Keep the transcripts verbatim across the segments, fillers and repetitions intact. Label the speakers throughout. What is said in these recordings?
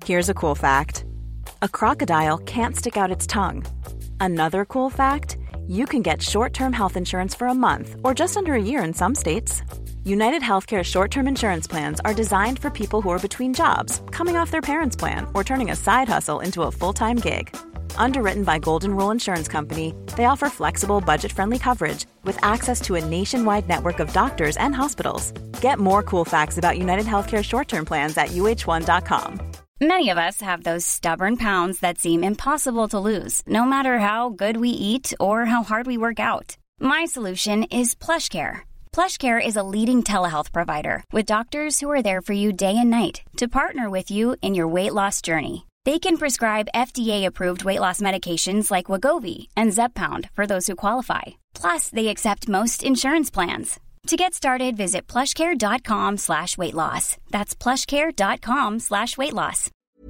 Speaker 1: Here's a cool fact. A crocodile can't stick out its tongue. Another cool fact, you can get short-term health insurance for a month or just under a year in some states. United Healthcare short-term insurance plans are designed for people who are between jobs, coming off their parents' plan, or turning a side hustle into a full-time gig. Underwritten by Golden Rule Insurance Company, they offer flexible, budget-friendly coverage with access to a nationwide network of doctors and hospitals. Get more cool facts about United Healthcare short-term plans at U H one dot com.
Speaker 2: Many of us have those stubborn pounds that seem impossible to lose, no matter how good we eat or how hard we work out. My solution is PlushCare. PlushCare is a leading telehealth provider with doctors who are there for you day and night to partner with you in your weight loss journey. They can prescribe F D A-approved weight loss medications like Wegovy and Zepbound for those who qualify. Plus, they accept most insurance plans. To get started, visit plushcare.com slash weight loss. That's plushcare.com slash weight loss.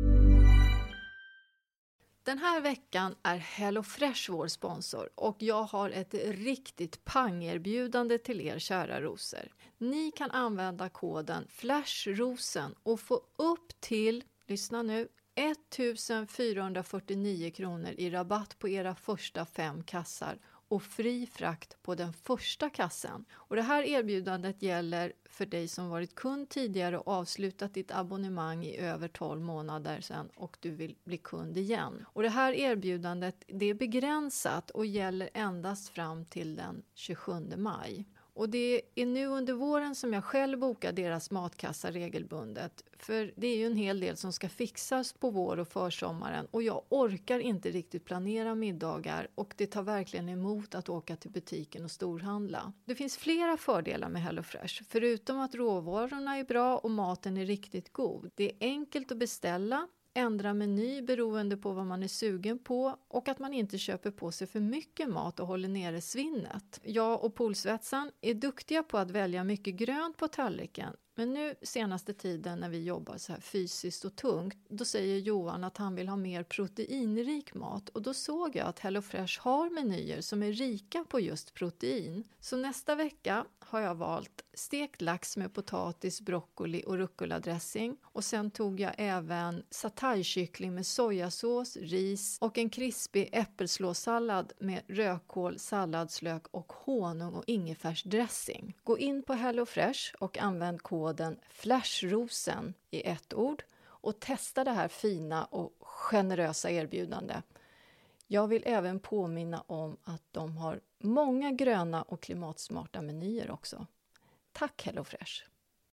Speaker 3: Den här veckan är HelloFresh vår sponsor och jag har ett riktigt pangerbjudande till er kära rosor. Ni kan använda koden FLASHROSEN och få upp till, lyssna nu, ettusensfyrahundrafyrtionio kronor i rabatt på era första fem kassar och fri frakt på den första kassen. Och det här erbjudandet gäller för dig som varit kund tidigare och avslutat ditt abonnemang i över tolv månader sedan och du vill bli kund igen. Och det här erbjudandet, det är begränsat och gäller endast fram till den tjugosjunde maj. Och det är nu under våren som jag själv bokar deras matkassa regelbundet. För det är ju en hel del som ska fixas på vår- och försommaren. Och jag orkar inte riktigt planera middagar och det tar verkligen emot att åka till butiken och storhandla. Det finns flera fördelar med HelloFresh. Förutom att råvarorna är bra och maten är riktigt god. Det är enkelt att beställa. Ändra meny beroende på vad man är sugen på och att man inte köper på sig för mycket mat och håller nere svinnet. Jag och poolsvetsan är duktiga på att välja mycket grönt på tallriken. Men nu senaste tiden när vi jobbar så här fysiskt och tungt, då säger Johan att han vill ha mer proteinrik mat. Och då såg jag att HelloFresh har menyer som är rika på just protein. Så nästa vecka har jag valt stekt lax med potatis, broccoli och rucola-dressing. Och sen tog jag även sataykyckling med sojasås, ris och en krispig äppelslåssallad med rödkål, salladslök och honung och ingefärsdressing. Gå in på HelloFresh och använd koden FLASHROSEN i ett ord och testa det här fina och generösa erbjudande. Jag vill även påminna om att de har många gröna och klimatsmarta menyer också. Tack HelloFresh!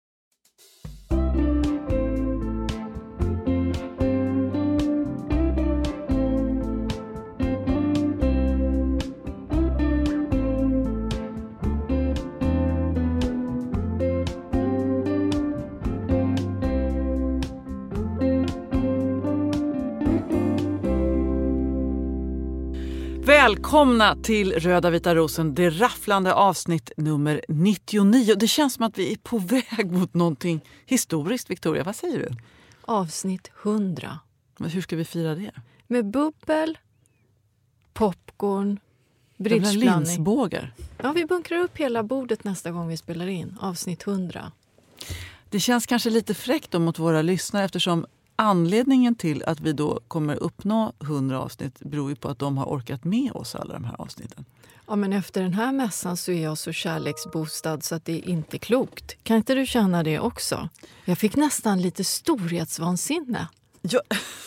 Speaker 4: Välkomna till Röda Vita Rosen, det rafflande avsnitt nummer nittionio. Det känns som att vi är på väg mot någonting historiskt, Victoria. Vad säger du?
Speaker 3: Avsnitt hundra.
Speaker 4: Men hur ska vi fira det?
Speaker 3: Med bubbel, popcorn, bridgeblandning.
Speaker 4: Linsbågar.
Speaker 3: Ja, vi bunkrar upp hela bordet nästa gång vi spelar in. Avsnitt hundra.
Speaker 4: Det känns kanske lite fräckt då mot våra lyssnare eftersom anledningen till att vi då kommer uppnå hundra avsnitt beror ju på att de har orkat med oss alla de här avsnitten.
Speaker 3: Ja, men efter den här mässan så är jag så kärleksbostad så att det är inte klokt. Kan inte du känna det också? Jag fick nästan lite storhetsvansinne.
Speaker 4: Ja.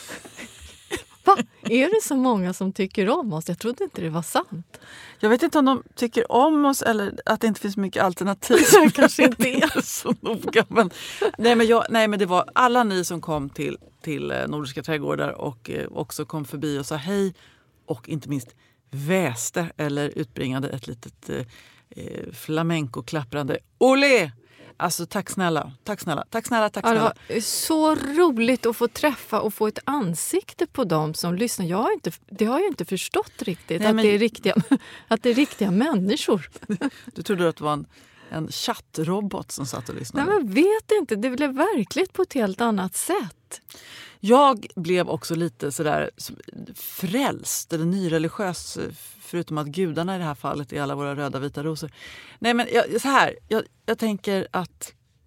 Speaker 3: Va? Är det så många som tycker om oss? Jag trodde inte det var sant.
Speaker 4: Jag vet inte om de tycker om oss eller att det inte finns mycket alternativ.
Speaker 3: Jag kanske inte är
Speaker 4: så noga. Men, nej, men jag, nej men det var alla ni som kom till, till Nordiska trädgårdar och eh, också kom förbi och sa hej och inte minst väste eller utbringade ett litet eh, flamenco-klapprande olé. Alltså tack snälla, tack snälla, tack snälla, tack snälla.
Speaker 3: Ja, det var så roligt att få träffa och få ett ansikte på dem som lyssnar. Jag har inte, det har jag inte förstått riktigt, Nej, att, men... det är riktiga, att det är riktiga människor.
Speaker 4: Du trodde att det var en, en chattrobot som satt och lyssnade?
Speaker 3: Nej, men vet inte, det blev verkligt på ett helt annat sätt.
Speaker 4: Jag blev också lite sådär frälst eller nyreligiös, förutom att gudarna i det här fallet är alla våra röda vita rosor. Nej men jag, så här, jag, jag tänker att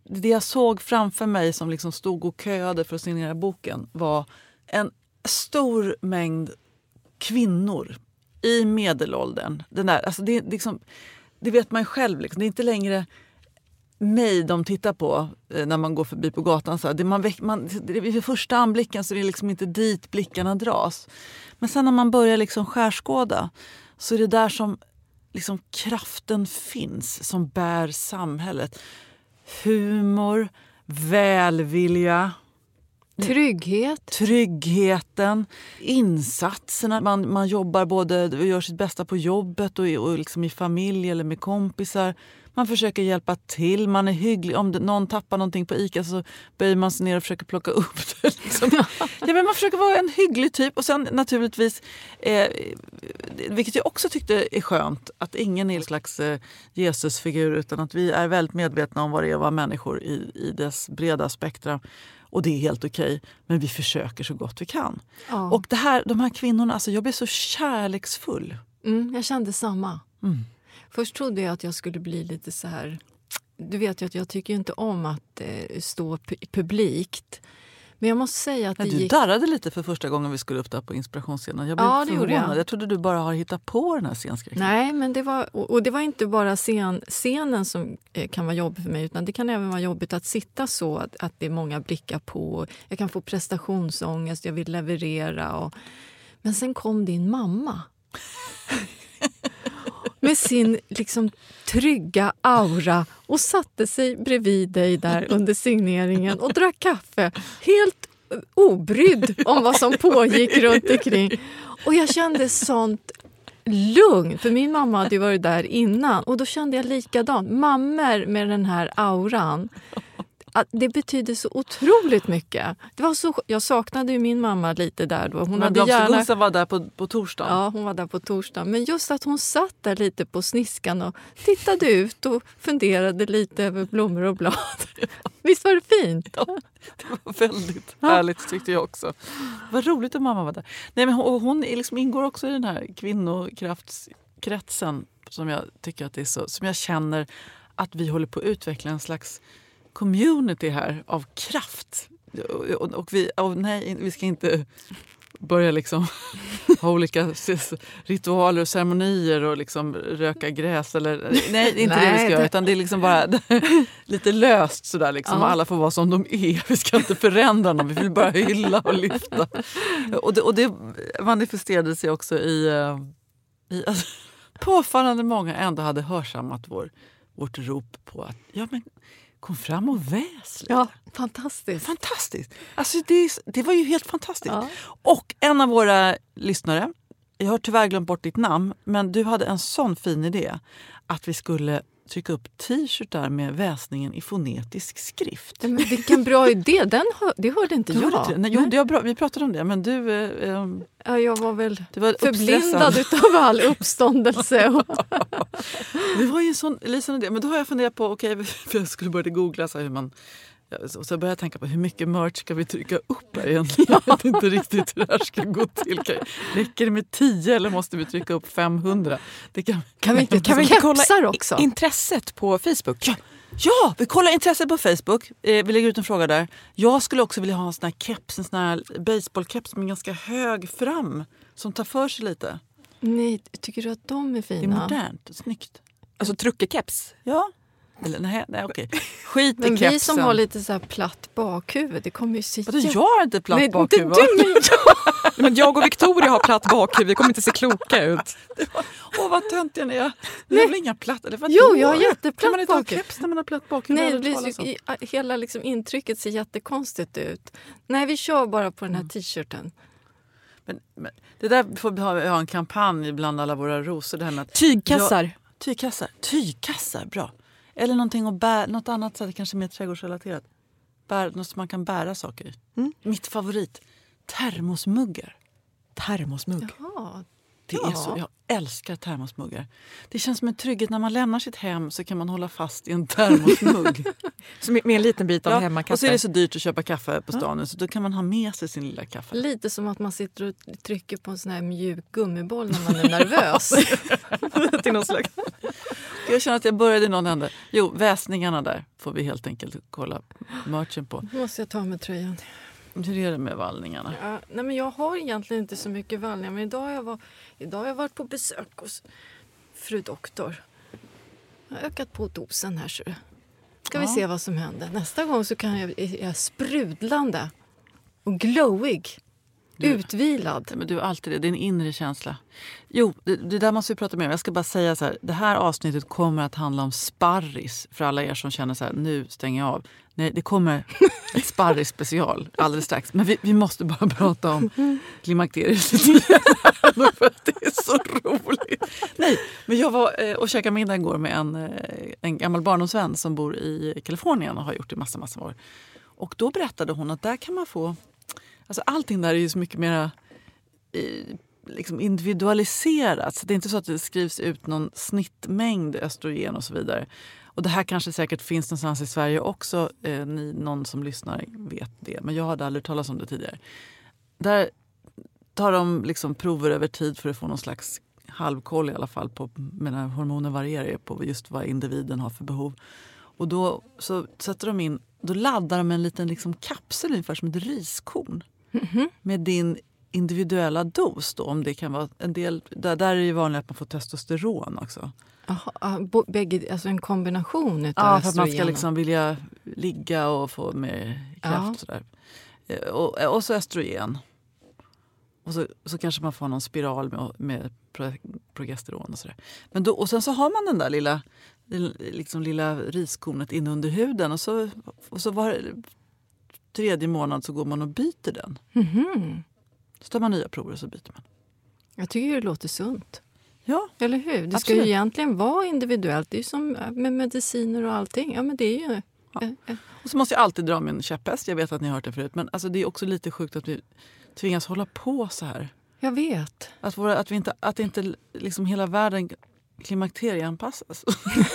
Speaker 4: det jag såg framför mig som liksom stod och köade för att signera boken var en stor mängd kvinnor i medelåldern. Den där, alltså det, liksom, det vet man ju själv. Liksom. Det är inte längre mig de tittar på eh, när man går förbi på gatan. Så här. Det man, man, det, vid första anblicken så är det liksom inte dit blickarna dras. Men sen när man börjar liksom skärskåda så är det där som liksom kraften finns som bär samhället. Humor, välvilja,
Speaker 3: trygghet.
Speaker 4: Tryggheten, insatserna. Man, man jobbar både och gör sitt bästa på jobbet och, och liksom i familj eller med kompisar. Man försöker hjälpa till. Man är hygglig. Om det, någon tappar någonting på ICA så böjer man sig ner och försöker plocka upp det. Liksom. Ja, men man försöker vara en hygglig typ. Och sen naturligtvis, eh, vilket jag också tyckte är skönt, att ingen är en slags eh, Jesusfigur utan att vi är väldigt medvetna om vad det är att vara människor i, i dess breda spektra. Och det är helt okej. Men vi försöker så gott vi kan. Ja. Och det här, de här kvinnorna, alltså jag blev så kärleksfull.
Speaker 3: Mm, jag kände samma.
Speaker 4: Mm.
Speaker 3: Först trodde jag att jag skulle bli lite så här... Du vet ju att jag tycker inte om att eh, stå pu- publikt. Men jag måste säga att
Speaker 4: ja,
Speaker 3: det
Speaker 4: du
Speaker 3: gick...
Speaker 4: darrade lite för första gången vi skulle upp där på inspirationsscenen. Jag blev
Speaker 3: ja, det
Speaker 4: förvånad.
Speaker 3: gjorde jag.
Speaker 4: Jag trodde du bara har hittat på den här scenskräcken.
Speaker 3: Nej, men det var... Och, och det var inte bara scen, scenen som eh, kan vara jobbig för mig. Utan det kan även vara jobbigt att sitta så att, att det är många blickar på. Jag kan få prestationsångest, jag vill leverera. Och... Men sen kom din mamma. Med sin liksom trygga aura och satte sig bredvid dig där under signeringen och drack kaffe. Helt obrydd om vad som pågick runt omkring. Och jag kände sånt lugn. För min mamma hade ju varit där innan. Och då kände jag likadant. Mammor med den här auran. Att det betyder så otroligt mycket. Det var så, jag saknade ju min mamma lite där då. Hon
Speaker 4: men
Speaker 3: hade gärna...
Speaker 4: var där på, på torsdagen.
Speaker 3: Ja, hon var där på torsdagen. Men just att hon satt där lite på sniskan och tittade ut och funderade lite över blommor och blad. Visst var det fint?
Speaker 4: Ja, det var väldigt ja. härligt tyckte jag också. Vad roligt att mamma var där. Nej, men hon, hon liksom ingår också i den här kvinnokraftskretsen som jag tycker att det är så, som jag känner att vi håller på att utveckla en slags community här av kraft. Och, och vi, och nej, vi ska inte börja liksom ha olika ritualer och ceremonier och liksom röka gräs eller nej, det är inte nej, det vi ska det... göra utan det är liksom bara lite löst sådär liksom. Ja. Alla får vara som de är. Vi ska inte förändra dem. Vi vill bara hylla och lyfta. Och det, och det manifesterade sig också i, i alltså, påfallande många ändå hade hörsammat vår, vårt rop på att ja men kom fram och väs lite.
Speaker 3: Ja, fantastiskt.
Speaker 4: Fantastiskt. Alltså det, det var ju helt fantastiskt. Ja. Och en av våra lyssnare, jag har tyvärr glömt bort ditt namn, men du hade en sån fin idé att vi skulle trycka upp t-shirtar med väsningen i fonetisk skrift.
Speaker 3: Men vilken bra idé, Den hör, det hörde inte jag.
Speaker 4: Hörde Nej, jo, jag, vi pratade om det, men du... Eh,
Speaker 3: ja, jag var väl
Speaker 4: du var
Speaker 3: förblindad utav all uppståndelse.
Speaker 4: Det var ju en sån lysande idé, men då har jag funderat på, okej, okay, för jag skulle börja googla så hur man... Och så började jag tänka på hur mycket merch ska vi trycka upp här egentligen. Jag vet inte riktigt hur det här ska gå till. Räcker det med tio eller måste vi trycka upp femhundra? Det kan,
Speaker 3: kan vi inte, kan vi inte kolla också?
Speaker 5: Intresset på Facebook?
Speaker 4: Ja, ja, vi kollar intresset på Facebook. Eh, vi lägger ut en fråga där. Jag skulle också vilja ha en sån här keps, en sån här baseballkeps med ganska hög fram. Som tar för sig lite.
Speaker 3: Nej, tycker du att de är fina?
Speaker 4: Det är modernt och snyggt.
Speaker 5: Alltså truckekeps?
Speaker 4: Ja. Eller, nej, nej, okej. Skit i
Speaker 3: men
Speaker 4: kepsen.
Speaker 3: Vi som har lite så här platt bakhuvud, det kommer ju se...
Speaker 4: Vadå, jag har inte platt
Speaker 3: nej,
Speaker 4: bakhuvud.
Speaker 3: Inte du, men,
Speaker 5: jag. men jag och Victoria har platt bakhuvud, det kommer inte se kloka ut.
Speaker 4: Åh, vad töntiga ni är. Ni har väl inga platt? Eller vadå?
Speaker 3: Jo, jag har jätteplatt
Speaker 4: kan man inte
Speaker 3: bakhuvud.
Speaker 4: Ha keps när man har platt bakhuvud?
Speaker 3: Nej, det blir så, i, hela liksom, intrycket ser jättekonstigt ut. Nej, vi kör bara på den här t-shirten.
Speaker 4: Men, men, det där får vi ha, vi ha en kampanj bland alla våra rosor. Det här med att,
Speaker 5: tygkassar.
Speaker 4: Ja, tygkassar. Tygkassar, bra. Eller någonting att bära, något annat så att det kanske är mer trädgårdsrelaterat. Bär, något som man kan bära saker i. Mm. Mitt favorit, termosmuggar.
Speaker 5: Termosmugg.
Speaker 3: Jaha.
Speaker 4: Det ja. är så, jag älskar termosmuggar. Det känns som en trygghet när man lämnar sitt hem så kan man hålla fast i en termosmugg.
Speaker 5: Så med, med en liten bit av ja, hemmakaffe.
Speaker 4: Och så är det så dyrt att köpa kaffe på stan ja. så då kan man ha med sig sin lilla kaffe.
Speaker 3: Lite som att man sitter och trycker på en sån här mjuk gummiboll när man är nervös.
Speaker 5: Till någon slags.
Speaker 4: Jag känner att jag började i någon ände. Jo, väsningarna där får vi helt enkelt kolla merchen på.
Speaker 3: Nu måste jag ta med tröjan.
Speaker 4: Hur är det med vallningarna?
Speaker 3: Ja, nej men jag har egentligen inte så mycket vallningar. Men idag har jag, var, idag har jag varit på besök hos fru doktor. Jag har ökat på dosen här. Så ska vi
Speaker 4: Ja.
Speaker 3: se vad som händer. Nästa gång så kan jag är sprudlande och glowig.
Speaker 4: Du-
Speaker 3: Utvilad.
Speaker 4: Ja, men du är alltid det. Det är en inre känsla. Jo, det, det där måste vi prata mer om. Jag ska bara säga så här. Det här avsnittet kommer att handla om sparris. För alla er som känner så här, nu stänger jag av. Nej, det kommer ett sparris special alldeles strax. Men vi, vi måste bara prata om klimakteriet lite grann. För att det är så roligt. Nej, men jag var eh, och käkade middag igår med en, eh, en gammal barndomsvän som bor i Kalifornien och har gjort det massa, massa år. Och då berättade hon att där kan man få... Alltså allting där är ju så mycket mer eh, liksom individualiserat. Så det är inte så att det skrivs ut någon snittmängd östrogen och så vidare. Och det här kanske säkert finns någonstans i Sverige också. Eh, ni, någon som lyssnar vet det. Men jag hade aldrig talat om det tidigare. Där tar de liksom prover över tid för att få någon slags halvkoll i alla fall. På, med när hormoner varierar ju på just vad individen har för behov. Och då så sätter de in... Då laddar de en liten liksom kapsel ungefär som ett riskorn.
Speaker 3: Mm-hmm.
Speaker 4: Med din individuella dos då. Om det kan vara en del, där, där är det ju vanligt att man får testosteron också.
Speaker 3: Aha, bo, bägge, alltså en kombination utav
Speaker 4: Ja, för att man ska
Speaker 3: östrogen.
Speaker 4: liksom vilja ligga och få mer kraft
Speaker 3: Ja.
Speaker 4: och sådär. Eh, Och, och så östrogen. Och så, så kanske man får någon spiral med, med pro, progesteron och sådär. Men då, och sen så har man den där lilla, liksom lilla riskornet in under huden. Och så, och så var tredje månad så går man och byter den.
Speaker 3: Mhm.
Speaker 4: Så tar man nya prover och så byter man.
Speaker 3: Jag tycker det låter sunt.
Speaker 4: Ja,
Speaker 3: Eller hur? Det ska
Speaker 4: Absolut.
Speaker 3: ju egentligen vara individuellt. Det är ju som med mediciner och allting. Ja, men det är ju...
Speaker 4: Ja.
Speaker 3: eh, eh.
Speaker 4: och så måste jag alltid dra min käpphäst. Jag vet att ni har hört det förut. Men alltså, det är också lite sjukt att vi tvingas hålla på så här.
Speaker 3: Jag vet.
Speaker 4: Att, våra, att, vi inte, att inte liksom hela världen klimakterieanpassas.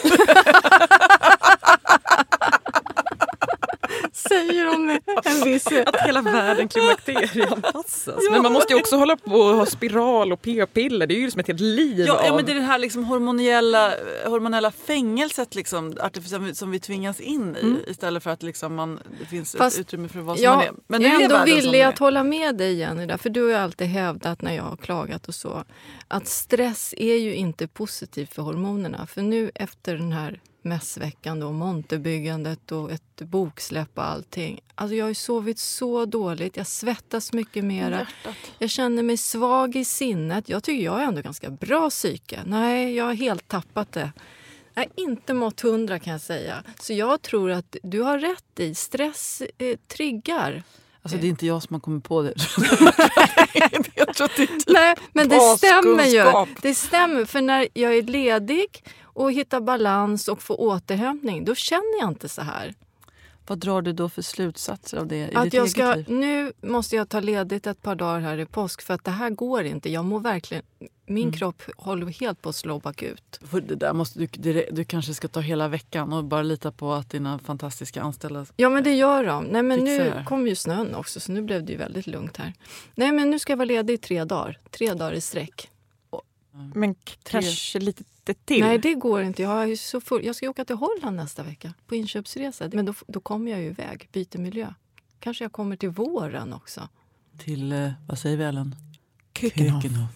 Speaker 3: Säger de med en viss...
Speaker 5: Att hela världen klimakterieanpassas. Men man måste ju också hålla på och ha spiral och p-piller. Det är ju som ett helt liv
Speaker 4: Ja, ja,
Speaker 5: av...
Speaker 4: men det är det här liksom hormonella, hormonella fängelset liksom, artific- som vi tvingas in i.
Speaker 3: Mm.
Speaker 4: Istället för att liksom man, det finns
Speaker 3: Fast
Speaker 4: ett utrymme för vad som
Speaker 3: Ja,
Speaker 4: man är. Men nu
Speaker 3: jag är ändå
Speaker 4: världen som
Speaker 3: villig
Speaker 4: den
Speaker 3: att
Speaker 4: är.
Speaker 3: hålla med dig, Jenny, där, för du har ju alltid hävdat när jag har klagat och så att stress är ju inte positivt för hormonerna. För nu efter den här mässveckan och montebyggandet och ett boksläpp och allting. Alltså jag har ju sovit så dåligt, jag svettas mycket mera.
Speaker 4: Hjärtat.
Speaker 3: Jag känner mig svag i sinnet. Jag tycker jag är ändå ganska bra psyke. Nej, jag har helt tappat det. Jag har inte mått hundra kan jag säga. Så jag tror att du har rätt i. Stress eh, triggar.
Speaker 4: Alltså det är inte jag som har kommit på det. jag tror att det är typ
Speaker 3: Nej, men det stämmer ju.
Speaker 4: baskunskap.
Speaker 3: Det stämmer, för när jag är ledig och hittar balans och får återhämtning, då känner jag inte så här.
Speaker 4: Vad drar du då för slutsatser av det i
Speaker 3: Att
Speaker 4: ditt
Speaker 3: jag
Speaker 4: eget
Speaker 3: ska,
Speaker 4: liv?
Speaker 3: nu måste jag ta ledigt ett par dagar här i påsk för att det här går inte. Jag mår verkligen, min
Speaker 4: Mm.
Speaker 3: kropp håller helt på att slå bakut.
Speaker 4: För det där måste du, det, du kanske ska ta hela veckan och bara lita på att dina fantastiska anställda...
Speaker 3: Ja, men det gör de. Nej, men nu
Speaker 4: Fixar.
Speaker 3: kom ju snön också, så nu blev det ju väldigt lugnt här. Nej, men nu ska jag vara ledig i tre dagar. Tre dagar i sträck.
Speaker 5: Men kanske lite till.
Speaker 3: Nej, det går inte. Jag, är så full. Jag ska åka till Holland nästa vecka på inköpsresa. Men då, då kommer jag ju iväg, byter miljö. Kanske jag kommer till våren också.
Speaker 4: Till, eh, vad säger vi Ellen?
Speaker 5: Kökenhof.
Speaker 4: Kökenhof.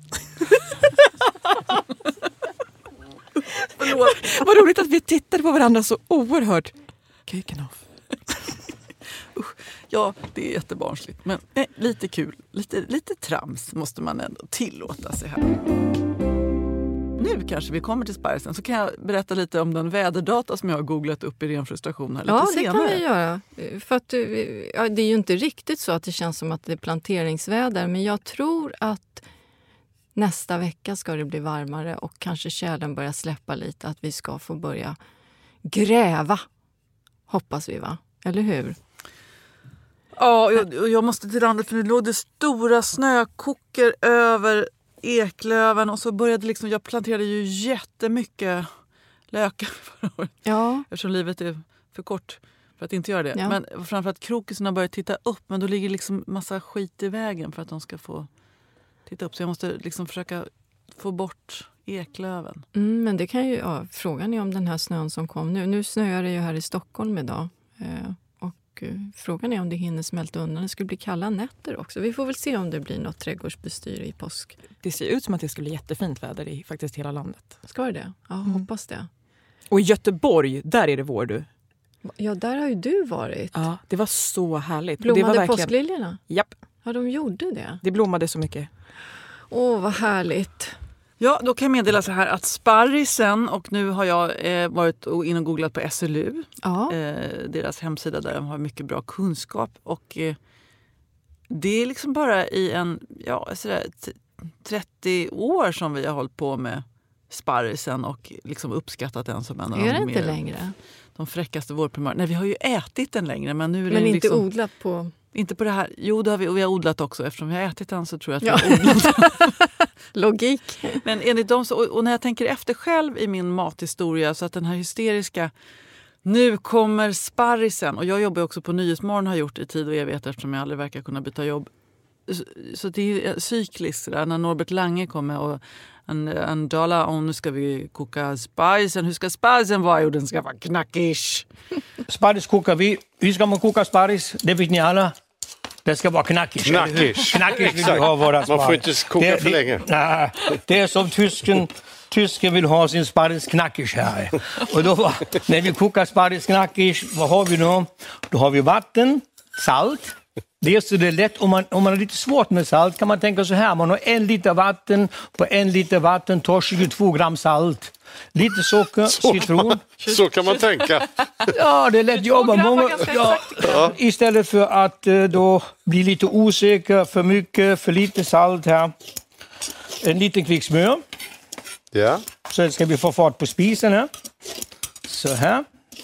Speaker 5: Vad roligt att vi tittar på varandra så oerhört. Kökenhof.
Speaker 4: Ja, det är jättebarnsligt. Men eh, lite kul. Lite, lite trams måste man ändå tillåta sig här. Nu kanske vi kommer till sparrisen, så kan jag berätta lite om den väderdata som jag har googlat upp i ren frustration här lite
Speaker 3: Ja, det
Speaker 4: senare.
Speaker 3: kan vi göra. För att, eh, ja, det är ju inte riktigt så att det känns som att det är planteringsväder. Men jag tror att nästa vecka ska det bli varmare och kanske tjälen börjar släppa lite. Att vi ska få börja gräva, hoppas vi, va? Eller hur?
Speaker 4: Ja, jag, jag måste till landet för nu låg det stora snökoker över Eklöven och så började liksom, jag planterade ju jättemycket lökar förra året.
Speaker 3: Ja,
Speaker 4: Eftersom livet är för kort för att inte göra det.
Speaker 3: Ja.
Speaker 4: Men framförallt krokusarna börjar titta upp, men då ligger liksom massa skit i vägen för att de ska få titta upp. Så jag måste liksom försöka få bort Eklöven.
Speaker 3: Mm, men det kan ju, ja, frågan är om den här snön som kom nu. Nu snöar det ju här i Stockholm idag. Eh, och eh, frågan är om det hinner smälta undan. Det skulle bli kalla nätter också. Vi får väl se om det blir något trädgårdsbestyr i påsk.
Speaker 5: Det ser ut som att det skulle bli jättefint väder i faktiskt hela landet.
Speaker 3: Ska det det? Ja, mm. hoppas det.
Speaker 5: Och i Göteborg, där är det vår du.
Speaker 3: Ja, där har ju du varit.
Speaker 5: Ja, det var så härligt.
Speaker 3: Blommade
Speaker 5: det var verkligen...
Speaker 3: påskliljorna?
Speaker 5: Japp.
Speaker 3: Ja, de gjorde det.
Speaker 5: Det blommade så mycket.
Speaker 3: Åh, vad härligt.
Speaker 4: Ja, då kan jag meddela så här att sparrisen, och nu har jag eh, varit in och googlat på S L U,
Speaker 3: Ja.
Speaker 4: eh, deras hemsida där de har mycket bra kunskap, och eh, det är liksom bara i en ja, sådär, t- trettio år som vi har hållit på med sparrisen och liksom uppskattat den som en av
Speaker 3: Är det
Speaker 4: de,
Speaker 3: inte
Speaker 4: mer,
Speaker 3: längre?
Speaker 4: de fräckaste vårprimörerna. Nej, vi har ju ätit den längre, men nu är
Speaker 3: Men
Speaker 4: det
Speaker 3: inte
Speaker 4: liksom,
Speaker 3: odlat på...
Speaker 4: inte på det här. Jo, det har vi, och vi har odlat också. Eftersom vi har ätit den så tror jag att
Speaker 3: Ja.
Speaker 4: vi har odlat.
Speaker 3: Logik.
Speaker 4: Men enligt dem så, och när jag tänker efter själv i min mathistoria, så att den här hysteriska, nu kommer sparrisen, och jag jobbar också på Nyhetsmorgon, har gjort i tid och evighet eftersom jag aldrig verkar kunna byta jobb. Så, så det är cykliskt där, när Norbert Lange kommer och en, en dollar, och nu ska vi koka sparrisen. Hur ska sparrisen vara? Jo, den ska vara knackig.
Speaker 6: Sparris kokar vi. Hur ska man koka sparris? Det vet ni alla. Det ska vara knackig.
Speaker 7: Knackig.
Speaker 6: Knackig vill vi ha våra sparris.
Speaker 7: Man får inte koka
Speaker 6: det,
Speaker 7: för
Speaker 6: det,
Speaker 7: länge.
Speaker 6: Nej, det är som tysken. Tysken vill ha sin sparris knackig här. Och då, när vi kokar sparris knackig, vad har vi då? Då har vi vatten, salt. Det är så det är lätt. Om man, om man har lite svårt med salt kan man tänka så här. Man har en liter vatten. På en liter vatten tar tjugotvå gram salt. Lite socker,
Speaker 7: Så,
Speaker 6: citron.
Speaker 7: så kan man tänka.
Speaker 6: Ja, det är lätt jobba. Många, ja, ja. Istället för att eh, då bli lite osäker, för mycket, för lite salt här. En liten klick smör.
Speaker 7: Ja.
Speaker 6: Så ska vi få fart på spisen här. Så här.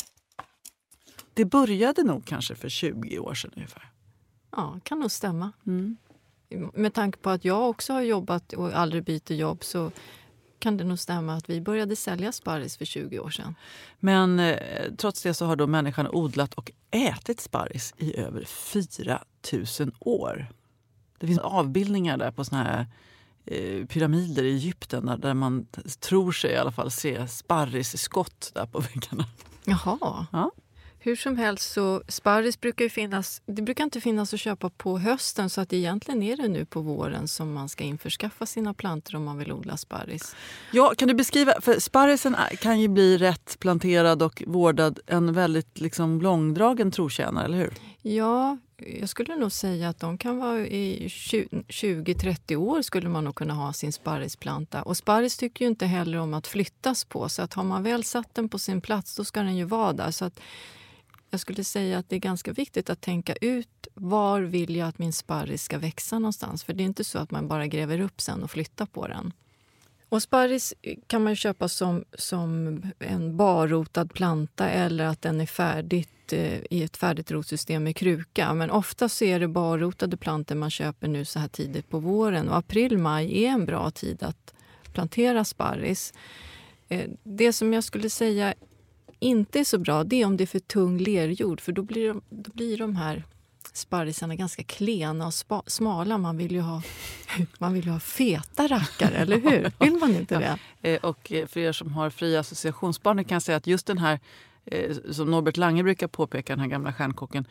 Speaker 4: Det började nog kanske för tjugo år sedan ungefär.
Speaker 3: Ja, kan nog stämma.
Speaker 4: Mm.
Speaker 3: Med tanke på att jag också har jobbat och aldrig byter jobb, så kan det nog stämma att vi började sälja sparris för tjugo år sedan.
Speaker 4: Men eh, trots det så har då människan odlat och ätit sparris i över fyra tusen år. Det finns avbildningar där på såna här eh, pyramider i Egypten där, där man tror sig i alla fall se sparrisskott där på väggarna.
Speaker 3: Jaha.
Speaker 4: Ja.
Speaker 3: Hur som helst så sparris brukar ju finnas, det brukar inte finnas att köpa på hösten, så att egentligen är det nu på våren som man ska införskaffa sina plantor om man vill odla sparris.
Speaker 4: Ja, kan du beskriva, för sparrisen kan ju bli rätt planterad och vårdad en väldigt liksom långdragen trotjänare, eller hur?
Speaker 3: Ja, jag skulle nog säga att de kan vara i tjugo till trettio år skulle man nog kunna ha sin sparrisplanta. Och sparris tycker ju inte heller om att flyttas på, så att har man väl satt den på sin plats då ska den ju vara där. Så att jag skulle säga att det är ganska viktigt att tänka ut var vill jag att min sparris ska växa någonstans. För det är inte så att man bara gräver upp sen och flyttar på den. Och sparris kan man köpa som, som en barrotad planta eller att den är färdigt eh, i ett färdigt rotsystem i kruka. Men ofta så är det barrotade plantor man köper nu så här tidigt på våren. Och april, maj är en bra tid att plantera sparris. Eh, det som jag skulle säga inte är så bra, det är om det är för tung lerjord. För då blir de, då blir de här sparrisarna ganska klena och spa, smala. Man vill ju ha, man vill ju ha feta rackare, eller hur? Vill man inte det?
Speaker 4: Ja. Eh, och för er som har fria associationsbarn kan jag säga att just den här, eh, som Norbert Lange brukar påpeka, den här gamla stjärnkocken,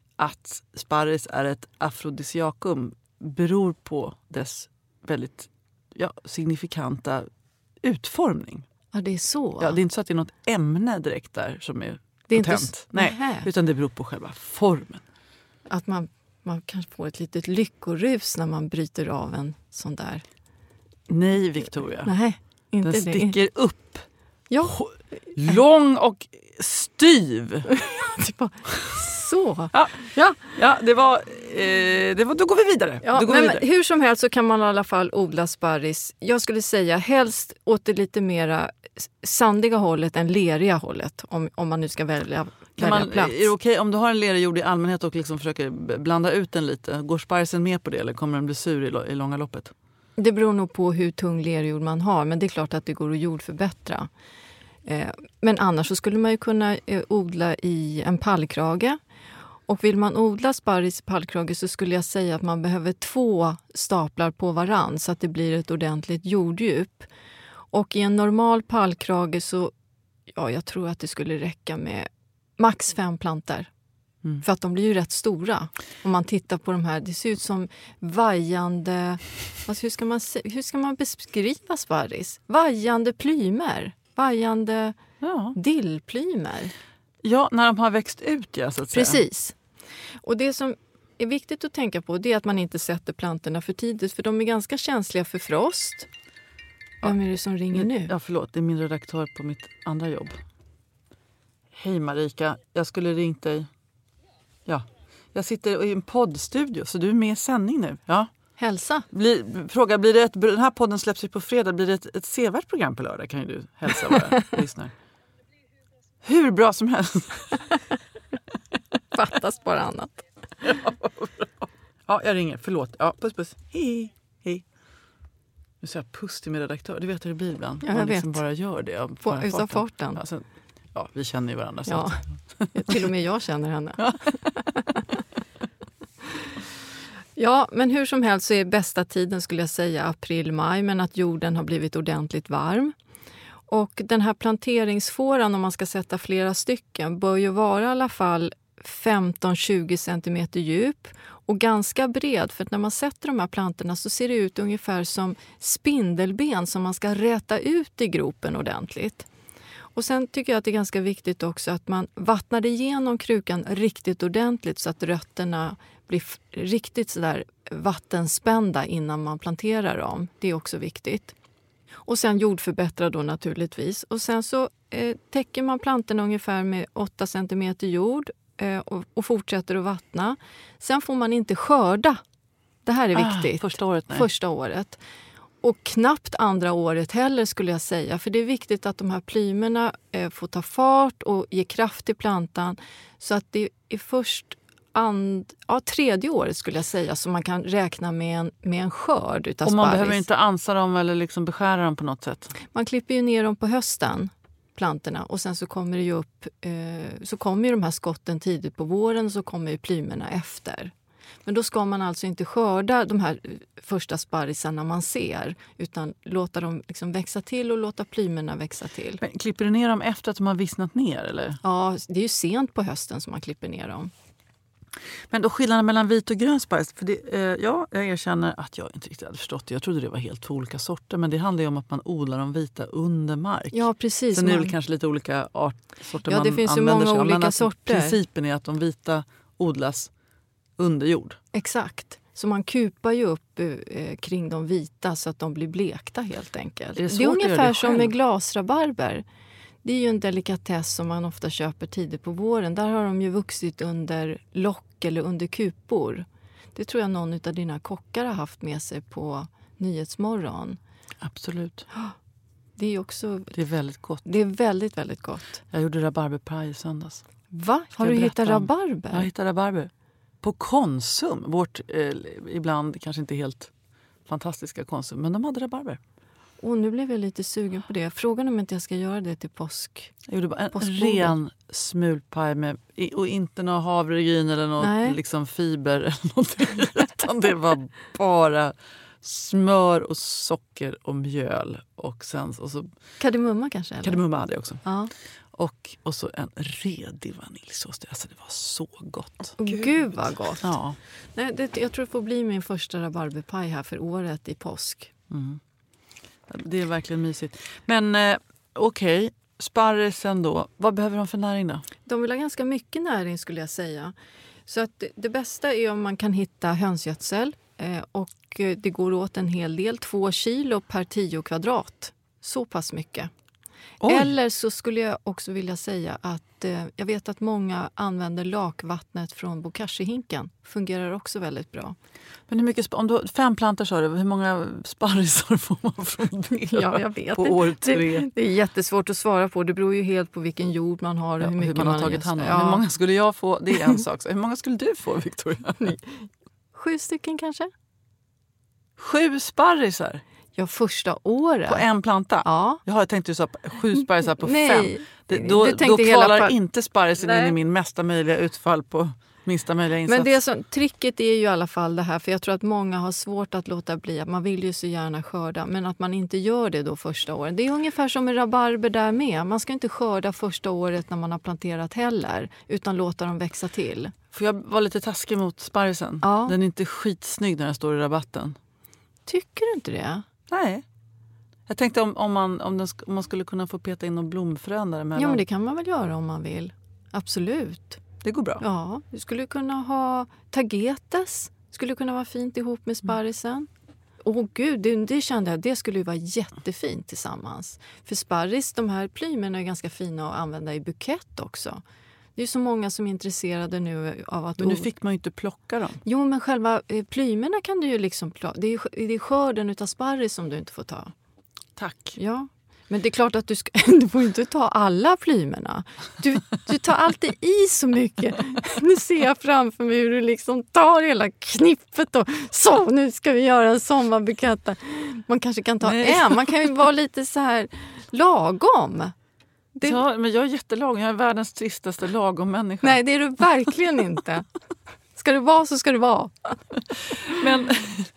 Speaker 4: att sparris är ett afrodisiakum beror på dess väldigt ja, signifikanta utformning.
Speaker 3: Ja, det är så.
Speaker 4: Ja, det är inte så att det är något ämne direkt där som är
Speaker 3: det är
Speaker 4: potent.
Speaker 3: inte,
Speaker 4: Nej,
Speaker 3: nähä.
Speaker 4: utan det beror på själva formen.
Speaker 3: Att man, man kan få ett litet lyckorus när man bryter av en sån där.
Speaker 4: Nej, Victoria.
Speaker 3: Nej, inte
Speaker 4: den
Speaker 3: det.
Speaker 4: sticker upp.
Speaker 3: Ja.
Speaker 4: Lång och styv.
Speaker 3: Typ så.
Speaker 4: Ja,
Speaker 3: ja.
Speaker 4: ja det, var, eh, det var... Då går vi vidare.
Speaker 3: Ja,
Speaker 4: då går
Speaker 3: men
Speaker 4: vi vidare.
Speaker 3: Hur som helst så kan man i alla fall odla sparris. Jag skulle säga helst åt det lite mera sandiga hållet än leriga hållet. Om, om man nu ska välja,
Speaker 4: Kan
Speaker 3: välja
Speaker 4: man,
Speaker 3: plats.
Speaker 4: är det okej om du har en lerjord i allmänhet och liksom försöker blanda ut den lite? Går sparrisen med på det eller kommer den bli sur i, i långa loppet?
Speaker 3: Det beror nog på hur tung lerjord man har. Men det är klart att det går att jordförbättra. Eh, men annars så skulle man ju kunna eh, odla i en pallkrage. Och vill man odla sparris i pallkrage så skulle jag säga att man behöver två staplar på varann så att det blir ett ordentligt jorddjup. Och i en normal pallkrage så, ja, jag tror att det skulle räcka med max fem plantor. Mm. För att de blir ju rätt stora. Om man tittar på de här, det ser ut som vajande, alltså hur ska man, hur ska man beskriva sparris? Vajande plymer, vajande ja. dillplymer.
Speaker 4: Ja, när de har växt ut, ja, så att säga.
Speaker 3: Precis. Och det som är viktigt att tänka på, det är att man inte sätter plantorna för tidigt, för de är ganska känsliga för frost. Vem är det som ringer nu?
Speaker 4: Ja, förlåt, det är min redaktör på mitt andra jobb. Hej Marika, jag skulle ringt dig. Ja, jag sitter i en poddstudio, så du är med i sändning nu. Ja.
Speaker 3: Hälsa.
Speaker 4: Bli, fråga, blir det ett, den här podden släpps ju på fredag. Blir det ett, ett sevärt program på lördag? Kan ju du hälsa våra lyssnare. Hur bra som helst.
Speaker 3: Fattas bara annat.
Speaker 4: Ja, jag ringer. Förlåt. Ja, puss, puss. Hej, hej. Nu säger jag puss till min redaktör. Du vet hur det blir ibland.
Speaker 3: Ja, jag
Speaker 4: man liksom
Speaker 3: vet.
Speaker 4: bara gör det.
Speaker 3: På utav farten.
Speaker 4: Ja, sen, ja, vi känner ju varandra. Så
Speaker 3: ja. Till och med jag känner henne.
Speaker 4: Ja.
Speaker 3: Ja, men hur som helst så är bästa tiden, skulle jag säga, april-maj, men att jorden har blivit ordentligt varm. Och den här planteringsfåran, om man ska sätta flera stycken, bör ju vara i alla fall femton till tjugo centimeter djup och ganska bred, för att när man sätter de här plantorna så ser det ut ungefär som spindelben som man ska räta ut i gropen ordentligt. Och sen tycker jag att det är ganska viktigt också att man vattnar igenom krukan riktigt ordentligt så att rötterna blir riktigt så där vattenspända innan man planterar dem. Det är också viktigt. Och sen jordförbättra då naturligtvis. Och sen så eh, täcker man plantorna ungefär med åtta centimeter jord eh, och, och fortsätter att vattna. Sen får man inte skörda. Det här är viktigt.
Speaker 4: Ah, första året, nej.
Speaker 3: Första året. Och knappt andra året heller, skulle jag säga. För det är viktigt att de här plymerna eh, får ta fart och ge kraft till plantan. Så att det är först and, ja, tredje året, skulle jag säga, som man kan räkna med en, med en skörd utav
Speaker 4: och man
Speaker 3: sparris.
Speaker 4: behöver inte ansa dem eller liksom beskära dem på något sätt?
Speaker 3: Man klipper ju ner dem på hösten, plantorna. Och sen så kommer det ju upp, eh, så kommer ju de här skotten tidigt på våren och så kommer ju plymerna efter. Men då ska man alltså inte skörda de här första sparrisarna man ser, utan låta dem liksom växa till och låta plymerna växa till.
Speaker 4: Men klipper du ner dem efter att de har vissnat ner, eller?
Speaker 3: Ja, det är ju sent på hösten som man klipper ner dem.
Speaker 4: Men då skillnaden mellan vit och grön sparris, för det, eh, ja, jag erkänner att jag inte riktigt hade förstått det. Jag trodde det var helt två olika sorter, men det handlar ju om att man odlar de vita under mark.
Speaker 3: Ja, precis.
Speaker 4: Sen är det
Speaker 3: man...
Speaker 4: väl kanske lite olika artsorter
Speaker 3: ja,
Speaker 4: man
Speaker 3: det finns ju
Speaker 4: använder
Speaker 3: många
Speaker 4: sig av.
Speaker 3: olika
Speaker 4: Men alltså,
Speaker 3: sorter.
Speaker 4: principen är att de vita odlas under jord.
Speaker 3: Exakt. Så man kupar ju upp eh, kring de vita så att de blir blekta helt enkelt.
Speaker 4: Är det,
Speaker 3: det är ungefär
Speaker 4: det
Speaker 3: som med glasrabarber. Det är ju en delikatess som man ofta köper tidigt på våren. Där har de ju vuxit under lock eller under kupor. Det tror jag någon av dina kockar har haft med sig på Nyhetsmorgon.
Speaker 4: Absolut.
Speaker 3: Det är också...
Speaker 4: Det är väldigt gott.
Speaker 3: Det är väldigt, väldigt gott.
Speaker 4: Jag gjorde rabarberpaj i söndags.
Speaker 3: Va?
Speaker 4: Ska
Speaker 3: Har du
Speaker 4: jag
Speaker 3: hittat
Speaker 4: berätta om-
Speaker 3: rabarber?
Speaker 4: Jag hittade rabarber. På Konsum. Vårt eh, ibland kanske inte helt fantastiska Konsum. Men de hade rabarber.
Speaker 3: Och nu blev jag lite sugen på det. Frågan om inte jag ska göra det till påsk.
Speaker 4: Jag gjorde bara en
Speaker 3: Påskbordet.
Speaker 4: ren smulpaj med, och inte någon havregryn eller något liksom fiber eller någonting. Utan det var bara smör och socker och mjöl. Och sen och så
Speaker 3: Kardemumma kanske? Eller?
Speaker 4: kardemumma hade jag också.
Speaker 3: Ja.
Speaker 4: Och, och så en redig vaniljsås. Alltså det var så gott.
Speaker 3: Oh, Gud vad gott.
Speaker 4: Ja.
Speaker 3: Nej, det, jag tror det får bli min första rabarberpaj här för året i påsk.
Speaker 4: Mm. Det är verkligen mysigt. Men eh, okej, okay. Sparrisen då. Vad behöver de för näring då?
Speaker 3: De vill ha ganska mycket näring, skulle jag säga. Så att det, det bästa är om man kan hitta hönsgödsel. Eh, och det går åt en hel del. Två kilo per tio kvadrat. Så pass mycket.
Speaker 4: Oj.
Speaker 3: Eller så skulle jag också vilja säga att eh, jag vet att många använder lakvattnet från bokashi-hinken. Fungerar också väldigt bra.
Speaker 4: Men hur mycket, sp- om du har fem plantor sa du, hur många sparrisar får man från det?
Speaker 3: Ja, jag vet.
Speaker 4: På år tre.
Speaker 3: Det, det är jättesvårt att svara på. Det beror ju helt på vilken jord man har och
Speaker 4: Ja,
Speaker 3: hur mycket
Speaker 4: hur man har tagit hand om.
Speaker 3: Ja.
Speaker 4: Hur många skulle jag få? Det är en sak. Så hur många skulle du få, Victoria?
Speaker 3: Sju stycken kanske?
Speaker 4: Sju sparrisar?
Speaker 3: Ja, första året.
Speaker 4: På en planta?
Speaker 3: Ja.
Speaker 4: Jag har tänkt att du sa sju sparrisar på
Speaker 3: Nej.
Speaker 4: fem. Det, då
Speaker 3: Du tänkte
Speaker 4: då
Speaker 3: hela
Speaker 4: kvalar
Speaker 3: par-
Speaker 4: inte sparrisen
Speaker 3: Nej.
Speaker 4: in i min mesta möjliga utfall på Minsta möjliga insats.
Speaker 3: Men det som, tricket är ju i alla fall det här, för jag tror att många har svårt att låta bli. Man vill ju så gärna skörda, men att man inte gör det då första året. Det är ungefär som med rabarber där med. Man ska inte skörda första året när man har planterat heller, utan låta dem växa till.
Speaker 4: Får jag vara lite taskig mot sparrisen?
Speaker 3: Ja.
Speaker 4: Den är inte skitsnygg när den står i rabatten.
Speaker 3: Tycker du inte det?
Speaker 4: Nej. Jag tänkte om, om, man, om, den, sk- om man skulle kunna få peta in någon blomfrön där emellan.
Speaker 3: Ja, men det kan man väl göra om man vill. Absolut.
Speaker 4: Det går bra.
Speaker 3: Ja, du skulle kunna ha tagetes. Skulle kunna vara fint ihop med sparrisen. Åh oh, gud, det, det kände jag, det skulle ju vara jättefint tillsammans. För sparris, de här plymerna är ganska fina att använda i bukett också. Det är så många som är intresserade nu av att...
Speaker 4: Men nu fick man ju inte plocka dem.
Speaker 3: Jo, men själva eh, plymerna kan du ju liksom plocka. Det är, det är skörden utav sparris som du inte får ta.
Speaker 4: Tack.
Speaker 3: Ja, men det är klart att du, ska, du får inte ta alla plymerna. Du, du tar alltid i så mycket. Nu ser jag framför mig hur du liksom tar hela knippet och så, nu ska vi göra en sommarbukett. Man kanske kan ta
Speaker 4: Nej.
Speaker 3: en, man kan ju vara lite så här lagom. Det,
Speaker 4: Ja, men jag är jättelagom. Jag är världens tristaste lagom-människa.
Speaker 3: nej, det är du verkligen inte. Ska du vara så ska du vara.
Speaker 4: Men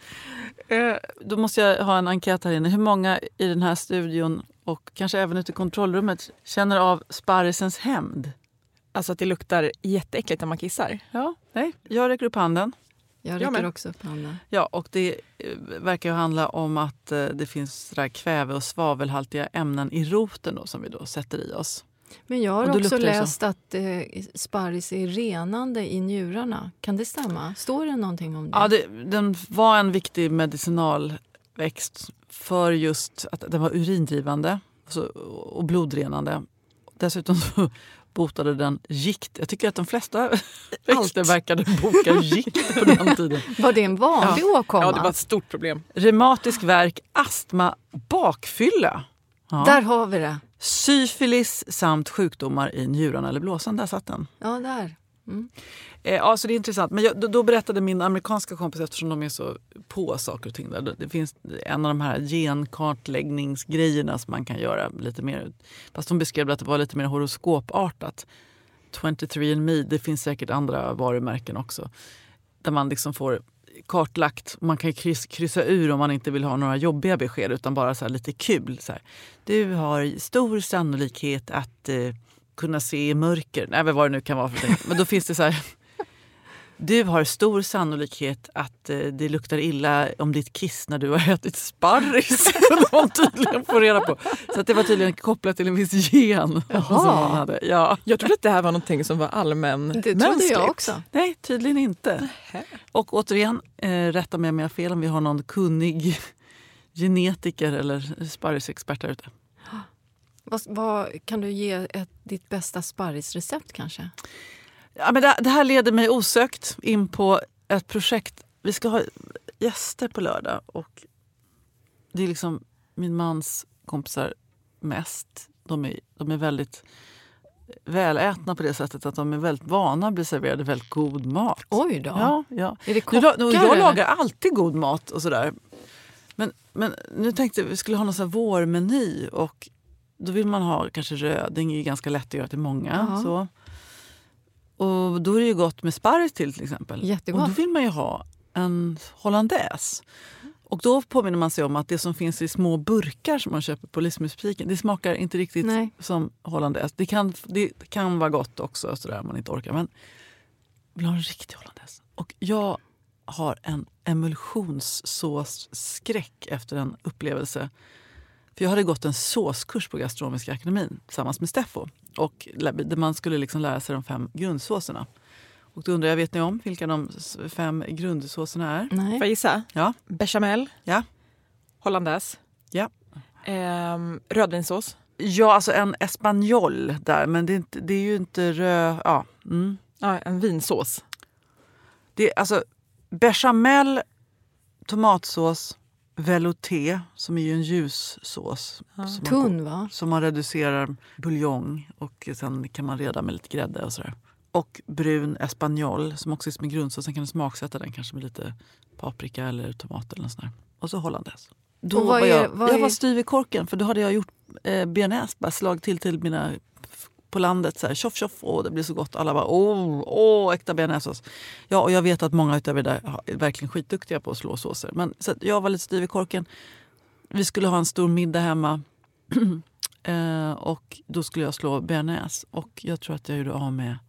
Speaker 4: eh, då måste jag ha en enkät här inne. Hur många i den här studion och kanske även ute i kontrollrummet känner av sparrisens hämnd?
Speaker 5: Alltså att det luktar jätteäckligt när man kissar.
Speaker 4: Ja, nej. Jag räcker upp handen.
Speaker 3: Jag
Speaker 5: Ja,
Speaker 3: räcker
Speaker 5: men.
Speaker 3: också upp handen.
Speaker 4: Ja, och det eh, verkar ju handla om att eh, det finns sådär kväve- och svavelhaltiga ämnen i roten då, som vi då sätter i oss.
Speaker 3: Men jag har
Speaker 4: Och då
Speaker 3: också
Speaker 4: luktar det så.
Speaker 3: läst att eh, sparris är renande i njurarna. Kan det stämma? Står det någonting om det?
Speaker 4: Ja, det, den var en viktig medicinalväxt för just att den var urindrivande så, och blodrenande. Dessutom så botade den gikt. Jag tycker att de flesta växter verkade boka gikt på den tiden.
Speaker 3: Var det en vanlig åkomma?
Speaker 5: Ja, det var ett stort problem.
Speaker 4: Reumatisk värk, astma, bakfylla. Ja.
Speaker 3: Där har vi det.
Speaker 4: Syfilis samt sjukdomar i njurarna eller blåsan. Där satt den.
Speaker 3: Ja, där. Mm.
Speaker 4: Eh, ja, så det är intressant. Men jag, då, då berättade min amerikanska kompis, eftersom de är så på saker och ting där. Det finns en av de här genkartläggningsgrejerna som man kan göra lite mer. Fast de beskrev att det var lite mer horoskopartat. twenty-three and me, det finns säkert andra varumärken också. Där man liksom får kartlagt. Man kan kryss, kryssa ur om man inte vill ha några jobbiga besked utan bara så här lite kul. Så här. Du har stor sannolikhet att eh, kunna se i mörker. Nej, vad det nu kan vara för det. Men då finns det så här. Du har stor sannolikhet att eh, det luktar illa om ditt kiss när du har ätit sparris. Kunde man tydligen få reda på. Så att det var tydligen kopplat till en viss gen. Som man hade. Ja.
Speaker 5: Jag trodde att det här var någonting som var allmän
Speaker 3: Det trodde
Speaker 5: mänskligt.
Speaker 3: jag också.
Speaker 4: Nej, tydligen inte. Och återigen, eh, rätta mig om jag har fel om vi har någon kunnig genetiker eller sparrisexpert där ute.
Speaker 3: Vad, vad, kan du ge ett, ditt bästa sparrisrecept kanske?
Speaker 4: Ja, men det, det här leder mig osökt in på ett projekt. Vi ska ha gäster på lördag och det är liksom min mans kompisar mest. De är, de är väldigt välätna på det sättet att de är väldigt vana att bli serverade väldigt god mat.
Speaker 3: Oj då.
Speaker 4: Ja, ja.
Speaker 3: Är det
Speaker 4: Nu,
Speaker 3: kockar?
Speaker 4: nu, jag
Speaker 3: eller?
Speaker 4: lagar alltid god mat och sådär. Men, men nu tänkte jag att vi skulle ha någon sån här vårmeny och då vill man ha kanske röding, det är ganska lätt att göra till många.
Speaker 3: Ja.
Speaker 4: Så. Och då är det ju gott med sparris till till exempel.
Speaker 3: Jättegott.
Speaker 4: Och då vill man ju ha en hollandaise. Och då påminner man sig om att det som finns i små burkar som man köper på livsmedelsbutiken, det smakar inte riktigt
Speaker 3: Nej.
Speaker 4: som hollandaise. Det kan, det kan vara gott också sådär om man inte orkar. Men jag vill ha en riktig hollandaise. Och jag har en emulsionssåsskräck efter en upplevelse. För jag hade gått en såskurs på Gastronomiska akademin tillsammans med Steffo. Och där man skulle liksom lära sig de fem grundsåserna. Och då undrar jag, vet ni om vilka de fem grundsåserna är?
Speaker 5: Får
Speaker 3: Nej.
Speaker 5: jag gissa?
Speaker 4: Ja.
Speaker 5: Bechamel,
Speaker 4: Ja.
Speaker 5: hollandaise,
Speaker 4: Ja.
Speaker 5: ehm, rödvinssås.
Speaker 4: Ja, alltså en espanjol där. Men det är, inte, det är ju inte röd... Ja. Mm.
Speaker 5: Ja, en vinsås.
Speaker 4: Det är alltså bechamel, tomatsås, velouté som är ju en ljussås. Som man,
Speaker 3: Tunn va?
Speaker 4: som man reducerar buljong och sen kan man reda med lite grädde och sådär. Och brun espanjol som också är som en grundsås. Sen kan du smaksätta den kanske med lite paprika eller tomat eller något sånt där. Och så hollandaise. Då
Speaker 3: Och vad
Speaker 4: var
Speaker 3: är-
Speaker 4: jag,
Speaker 3: vad
Speaker 4: jag
Speaker 3: är-
Speaker 4: var styv i korken för då hade jag gjort eh, bearnaise, bara slag till till mina f- på landet så här, tjoff tjoff, åh det blir så gott. Alla bara, åh, åh äkta bearnaisesås. Ja, och jag vet att många utöver det där är verkligen skitduktiga på att slå såser. Men så att jag var lite styv i korken. Vi skulle ha en stor middag hemma. eh, och då skulle jag slå bearnaise. Och jag tror att jag gjorde av med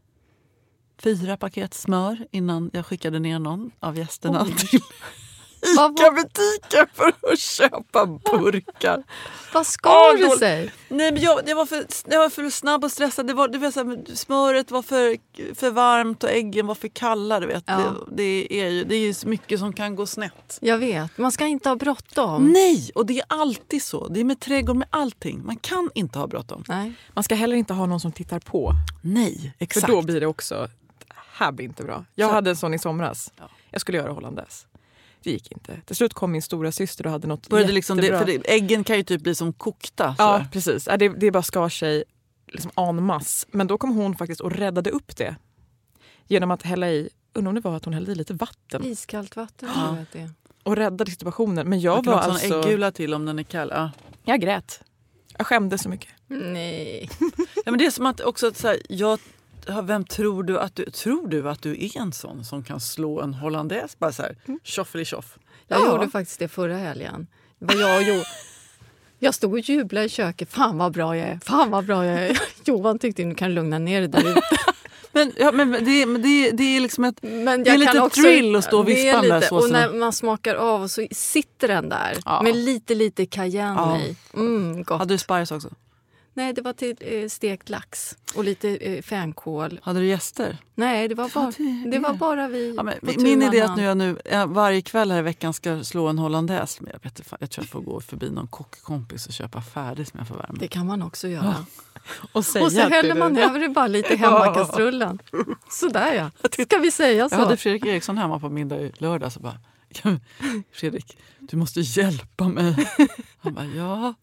Speaker 4: fyra paket smör innan jag skickade ner någon av gästerna
Speaker 3: Oj.
Speaker 4: till Ica-butiken för att köpa burkar.
Speaker 3: Vad skar
Speaker 4: Åh,
Speaker 3: det sig?
Speaker 4: Nej, men jag, jag, var för, jag var för snabb och stressad. Det var, det var så här, smöret var för, för varmt och äggen var för kalla. Du vet.
Speaker 3: Ja.
Speaker 4: Det, det, är ju, det är ju så mycket som kan gå snett.
Speaker 3: Jag vet, man ska inte ha bråttom.
Speaker 4: Nej, och det är alltid så. Det är med trädgård, med allting. Man kan inte ha bråttom.
Speaker 3: Nej.
Speaker 5: Man ska heller inte ha någon som tittar på.
Speaker 4: Nej, exakt.
Speaker 5: För då blir det också, det här blir inte bra. Jag
Speaker 4: Så.
Speaker 5: hade en sån i somras.
Speaker 4: Ja.
Speaker 5: Jag skulle göra hollandaise. Det gick inte. Till slut kom min stora syster och hade något
Speaker 4: Började liksom det,
Speaker 5: jättebra.
Speaker 4: för det, äggen kan ju typ bli som kokta.
Speaker 5: Ja,
Speaker 4: Så.
Speaker 5: precis. Ja, det, det bara skar sig liksom en mass. Men då kom hon faktiskt och räddade upp det. Genom att hälla i, undrar om det var att hon hällde i lite vatten.
Speaker 3: Iskallt vatten tror jag att det är.
Speaker 5: Och räddade situationen. Men jag
Speaker 4: Jag kan
Speaker 5: var
Speaker 4: också
Speaker 5: alltså...
Speaker 4: en äggula till om den är kall. Ja.
Speaker 5: Jag grät. Jag skämdes så mycket.
Speaker 3: Nej.
Speaker 4: Ja, men det är som att också att så här, jag, vem tror du att du tror du att du är en sån som kan slå en hollandaise bara så här tjoff-eller-tjoff?
Speaker 3: Jag
Speaker 4: Ja.
Speaker 3: gjorde faktiskt det förra helgen. Vad jag gjorde. Jag stod och jublade i köket. Fan vad bra jag är. Fan vad bra jag är. Johan tyckte nu kan du lugna ner dig där ute.
Speaker 4: Men, ja, men det, men det, det är liksom ett,
Speaker 3: Men
Speaker 4: det är
Speaker 3: jag
Speaker 4: lite
Speaker 3: kan också,
Speaker 4: thrill att stå och
Speaker 3: det är
Speaker 4: vispa den där
Speaker 3: lite,
Speaker 4: såsen.
Speaker 3: och när man smakar av så sitter den där
Speaker 4: Ja.
Speaker 3: med lite lite cayenne
Speaker 4: Ja.
Speaker 3: i. Mm, gott.
Speaker 4: Hade du spice också?
Speaker 3: Nej, det var till eh, stekt lax och lite eh, fänkål.
Speaker 4: Hade du gäster?
Speaker 3: Nej, det var bara,
Speaker 4: det-
Speaker 3: det var bara vi.
Speaker 4: Ja, men,
Speaker 3: på
Speaker 4: min
Speaker 3: tu
Speaker 4: idé är
Speaker 3: man
Speaker 4: att nu jag nu jag varje kväll här i veckan ska slå en hollandaise. Men jag, vet, inte, jag tror jag får gå förbi någon kockkompis och köpa färdigt som jag får värma.
Speaker 3: Det kan man också göra.
Speaker 5: Och, säga
Speaker 3: Och så
Speaker 5: att du-
Speaker 3: häller man över det bara lite i hemmakastrullen. Sådär ja. Ska vi säga så?
Speaker 4: Jag hade Fredrik Eriksson hemma på middag i lördag så bara Fredrik, du måste hjälpa mig. Han bara, ja.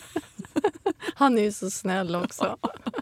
Speaker 3: Han är ju så snäll också.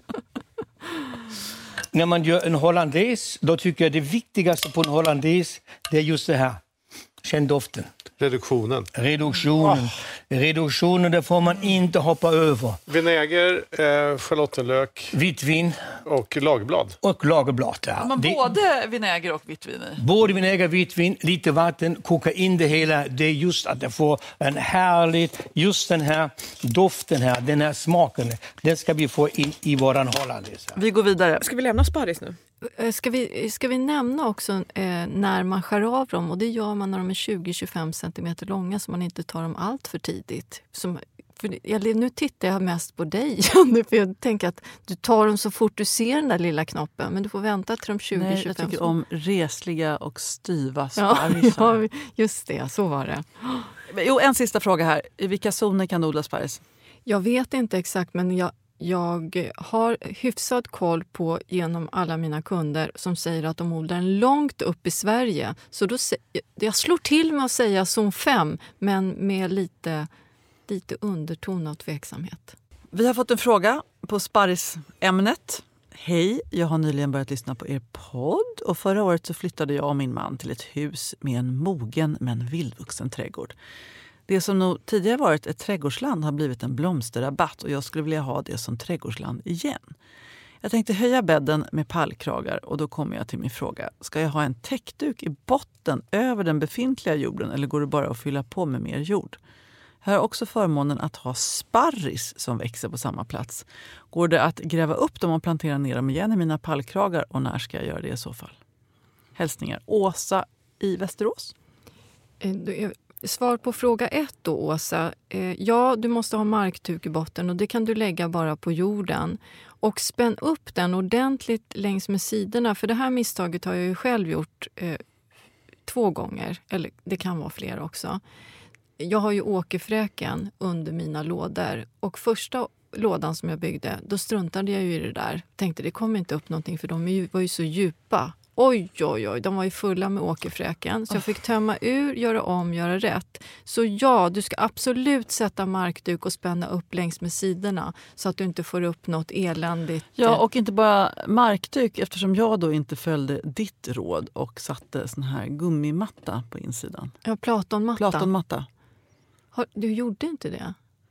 Speaker 6: När man gör en hollandaise, då tycker jag det viktigaste på en hollandaise, det är just det här. Känn doften.
Speaker 7: Reduktionen.
Speaker 6: Reduktionen. Oh. Reduktionen, det får man inte hoppa över.
Speaker 7: Vinäger, eh, schalottenlök
Speaker 6: Vitvin
Speaker 7: och lagerblad.
Speaker 6: och lagerblad. Ja.
Speaker 4: Men
Speaker 6: Det-
Speaker 4: både vinäger och vitt vin i.
Speaker 6: Både vinäger, vitvin, lite vatten, koka in det hela. Det är just att det får en härlig, just den här doften här, den här smaken. Den ska vi få in i våran hollandaise.
Speaker 4: Vi går vidare.
Speaker 5: Ska vi lämna sparris nu?
Speaker 3: Eh, Ska vi, ska vi nämna också eh, när man skär av dem? Och det gör man när de är tjugo till tjugofem centimeter långa så man inte tar dem allt för tidigt. Som, för jag, nu tittar jag mest på dig, Janne, för jag tänker att du tar dem så fort du ser den där lilla knoppen. Men du får vänta till de tjugo till
Speaker 4: Nej,
Speaker 3: tjugofem.
Speaker 4: jag tycker om resliga och styva
Speaker 3: Ja,
Speaker 4: sparrisar.
Speaker 3: ja, just det. Så var det.
Speaker 4: Jo, en sista fråga här. I vilka zoner kan du odla sparris?
Speaker 3: Jag vet inte exakt, men jag, jag har hyfsad koll på genom alla mina kunder som säger att de odlar den långt upp i Sverige. Så då, sä- jag slår till med att säga zon fem, men med lite, lite underton av tveksamhet.
Speaker 4: Vi har fått en fråga på sparrisämnet. Hej, jag har nyligen börjat lyssna på er podd och förra året så flyttade jag och min man till ett hus med en mogen men vildvuxen trädgård. Det som nog tidigare varit ett trädgårdsland har blivit en blomsterrabatt och jag skulle vilja ha det som trädgårdsland igen. Jag tänkte höja bädden med pallkragar och då kommer jag till min fråga. Ska jag ha en täckduk i botten över den befintliga jorden eller går det bara att fylla på med mer jord? Jag har också förmånen att ha sparris som växer på samma plats. Går det att gräva upp dem och plantera ner dem igen i mina pallkragar och när ska jag göra det i så fall? Hälsningar Åsa i Västerås.
Speaker 3: Eh, då är- Svar på fråga ett då, Åsa. Eh, ja, du måste ha marktuk i botten och det kan du lägga bara på jorden. Och spänn upp den ordentligt längs med sidorna. För det här misstaget har jag ju själv gjort eh, två gånger. Eller det kan vara fler också. Jag har ju åkerfräken under mina lådor. Och första lådan som jag byggde, då struntade jag ju i det där. Tänkte det kommer inte upp någonting för de är ju- var ju så djupa. Oj, oj, oj, de var ju fulla med åkerfräken. Så jag fick tömma ur, göra om, göra rätt. Så ja, du ska absolut sätta markduk och spänna upp längs med sidorna. Så att du inte får upp något eländigt.
Speaker 4: Ja, och inte bara markduk eftersom jag då inte följde ditt råd och satte sån här gummimatta på insidan.
Speaker 3: Ja, Platonmatta.
Speaker 4: Platonmatta.
Speaker 3: Har, du gjorde inte det?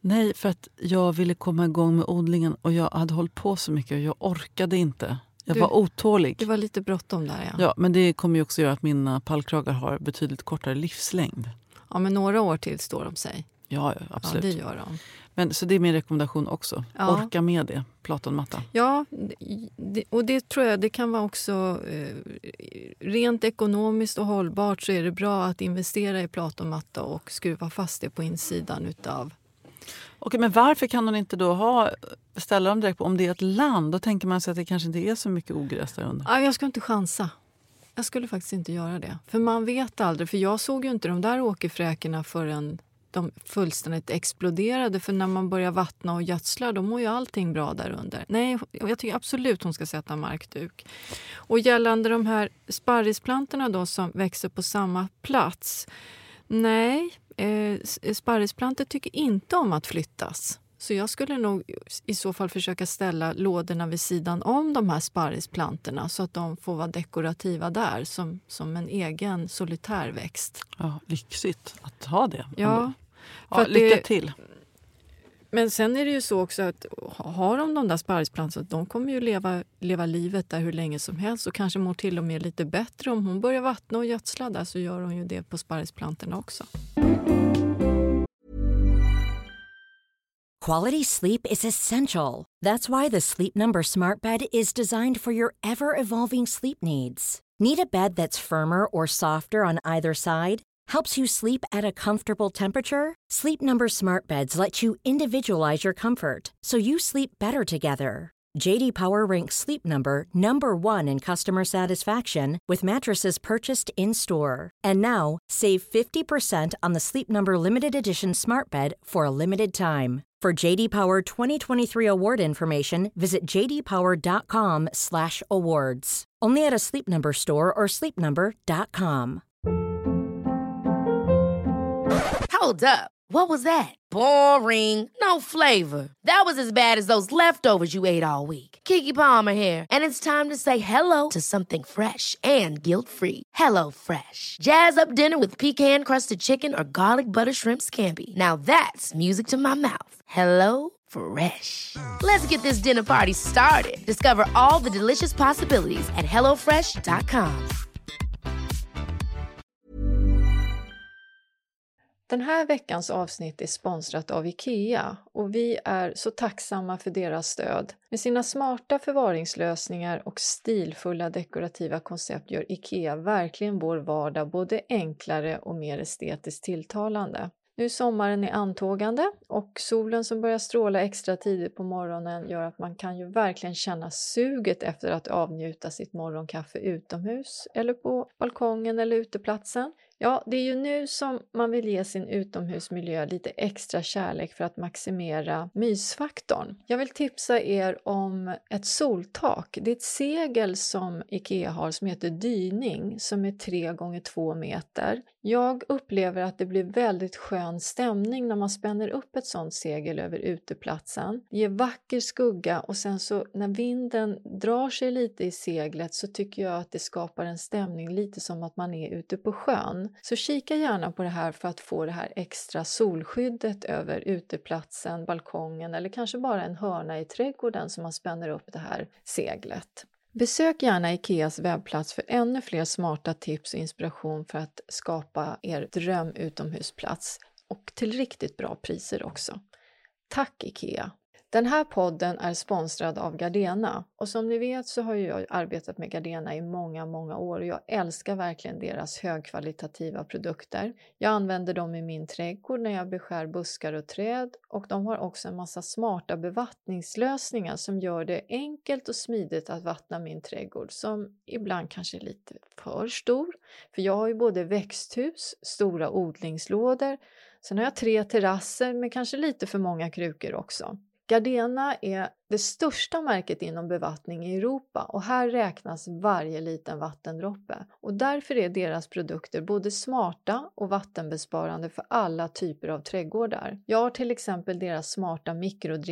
Speaker 4: Nej, för att jag ville komma igång med odlingen och jag hade hållit på så mycket och jag orkade inte. Jag
Speaker 3: Du-
Speaker 4: var otålig.
Speaker 3: Det var lite bråttom där, ja.
Speaker 4: Ja, men det kommer ju också göra att mina pallkragar har betydligt kortare livslängd.
Speaker 3: Ja, men några år till står de sig.
Speaker 4: Ja, ja, absolut.
Speaker 3: Ja, det gör de.
Speaker 4: Men, så det är min rekommendation också.
Speaker 3: Ja.
Speaker 4: Orka med det, Platonmatta.
Speaker 3: Ja, det, och det tror jag det kan vara också eh, rent ekonomiskt och hållbart, så är det bra att investera i Platonmatta och skruva fast det på insidan utav.
Speaker 4: Okej, men varför kan hon inte då ha, ställa dem direkt på, om det är ett land, då tänker man sig att det kanske inte är så mycket ogräs där under.
Speaker 3: Ja, jag ska inte chansa. Jag skulle faktiskt inte göra det. För man vet aldrig, för jag såg ju inte de där åkerfräkerna förrän de fullständigt exploderade. För när man börjar vattna och gödsla, då mår ju allting bra där under. Nej, jag tycker absolut hon ska sätta markduk. Och gällande de här sparrisplantorna då som växer på samma plats. Nej, eh, sparrisplantor tycker inte om att flyttas. Så jag skulle nog i så fall försöka ställa lådorna vid sidan om de här sparrisplantorna så att de får vara dekorativa där som, som en egen solitär växt.
Speaker 4: Ja, lyxigt att ha det.
Speaker 3: Ja,
Speaker 4: ja
Speaker 3: för att
Speaker 4: lycka
Speaker 3: det-
Speaker 4: till.
Speaker 3: Men sen är det ju så också att har de de där sparrisplantorna, de kommer ju leva, leva livet där hur länge som helst och kanske mår till och med lite bättre. Om hon börjar vattna och gödsla där så gör hon ju det på sparrisplantorna också.
Speaker 8: Quality sleep is essential. That's why the Sleep Number Smart Bed is designed for your ever-evolving sleep needs. Need a bed that's firmer or softer on either side? Helps you sleep at a comfortable temperature? Sleep Number Smart Beds let you individualize your comfort, so you sleep better together. J D Power ranks Sleep Number number one in customer satisfaction with mattresses purchased in-store. And now, save fifty percent on the Sleep Number Limited Edition Smart Bed for a limited time. For J D Power twenty twenty-three award information, visit j d power dot com slash awards. Only at a Sleep Number store or sleep number dot com.
Speaker 9: Hold up. What was that? Boring. No flavor. That was as bad as those leftovers you ate all week. Keke Palmer here, and it's time to say hello to something fresh and guilt-free. Hello Fresh. Jazz up dinner with pecan-crusted chicken or garlic butter shrimp scampi. Now that's music to my mouth. Hello Fresh. Let's get this dinner party started. Discover all the delicious possibilities at hello fresh dot com.
Speaker 3: Den här veckans avsnitt är sponsrat av IKEA och vi är så tacksamma för deras stöd. Med sina smarta förvaringslösningar och stilfulla dekorativa koncept gör IKEA verkligen vår vardag både enklare och mer estetiskt tilltalande. Nu sommaren är antågande och solen som börjar stråla extra tidigt på morgonen gör att man kan ju verkligen känna suget efter att avnjuta sitt morgonkaffe utomhus eller på balkongen eller uteplatsen. Ja, det är ju nu som man vill ge sin utomhusmiljö lite extra kärlek för att maximera mysfaktorn. Jag vill tipsa er om ett soltak. Det är ett segel som IKEA har som heter dyning som är tre gånger två meter. Jag upplever att det blir väldigt skön stämning när man spänner upp ett sånt segel över uteplatsen. Det ger vacker skugga och sen så när vinden drar sig lite i seglet så tycker jag att det skapar en stämning lite som att man är ute på sjön. Så kika gärna på det här för att få det här extra solskyddet över uteplatsen, balkongen eller kanske bara en hörna i trädgården som man spänner upp det här seglet. Besök gärna IKEAs webbplats för ännu fler smarta tips och inspiration för att skapa er dröm utomhusplats och till riktigt bra priser också. Tack IKEA! Den här podden är sponsrad av Gardena och som ni vet så har jag arbetat med Gardena i många, många år och jag älskar verkligen deras högkvalitativa produkter. Jag använder dem i min trädgård när jag beskär buskar och träd och de har också en massa smarta bevattningslösningar som gör det enkelt och smidigt att vattna min trädgård som ibland kanske är lite för stor. För jag har ju både växthus, stora odlingslådor, sen har jag tre terrasser med kanske lite för många krukor också. Gardena är det största märket inom bevattning i Europa och här räknas varje liten vattendroppe. Och därför är deras produkter både smarta och vattenbesparande för alla typer av trädgårdar. Jag har till exempel deras smarta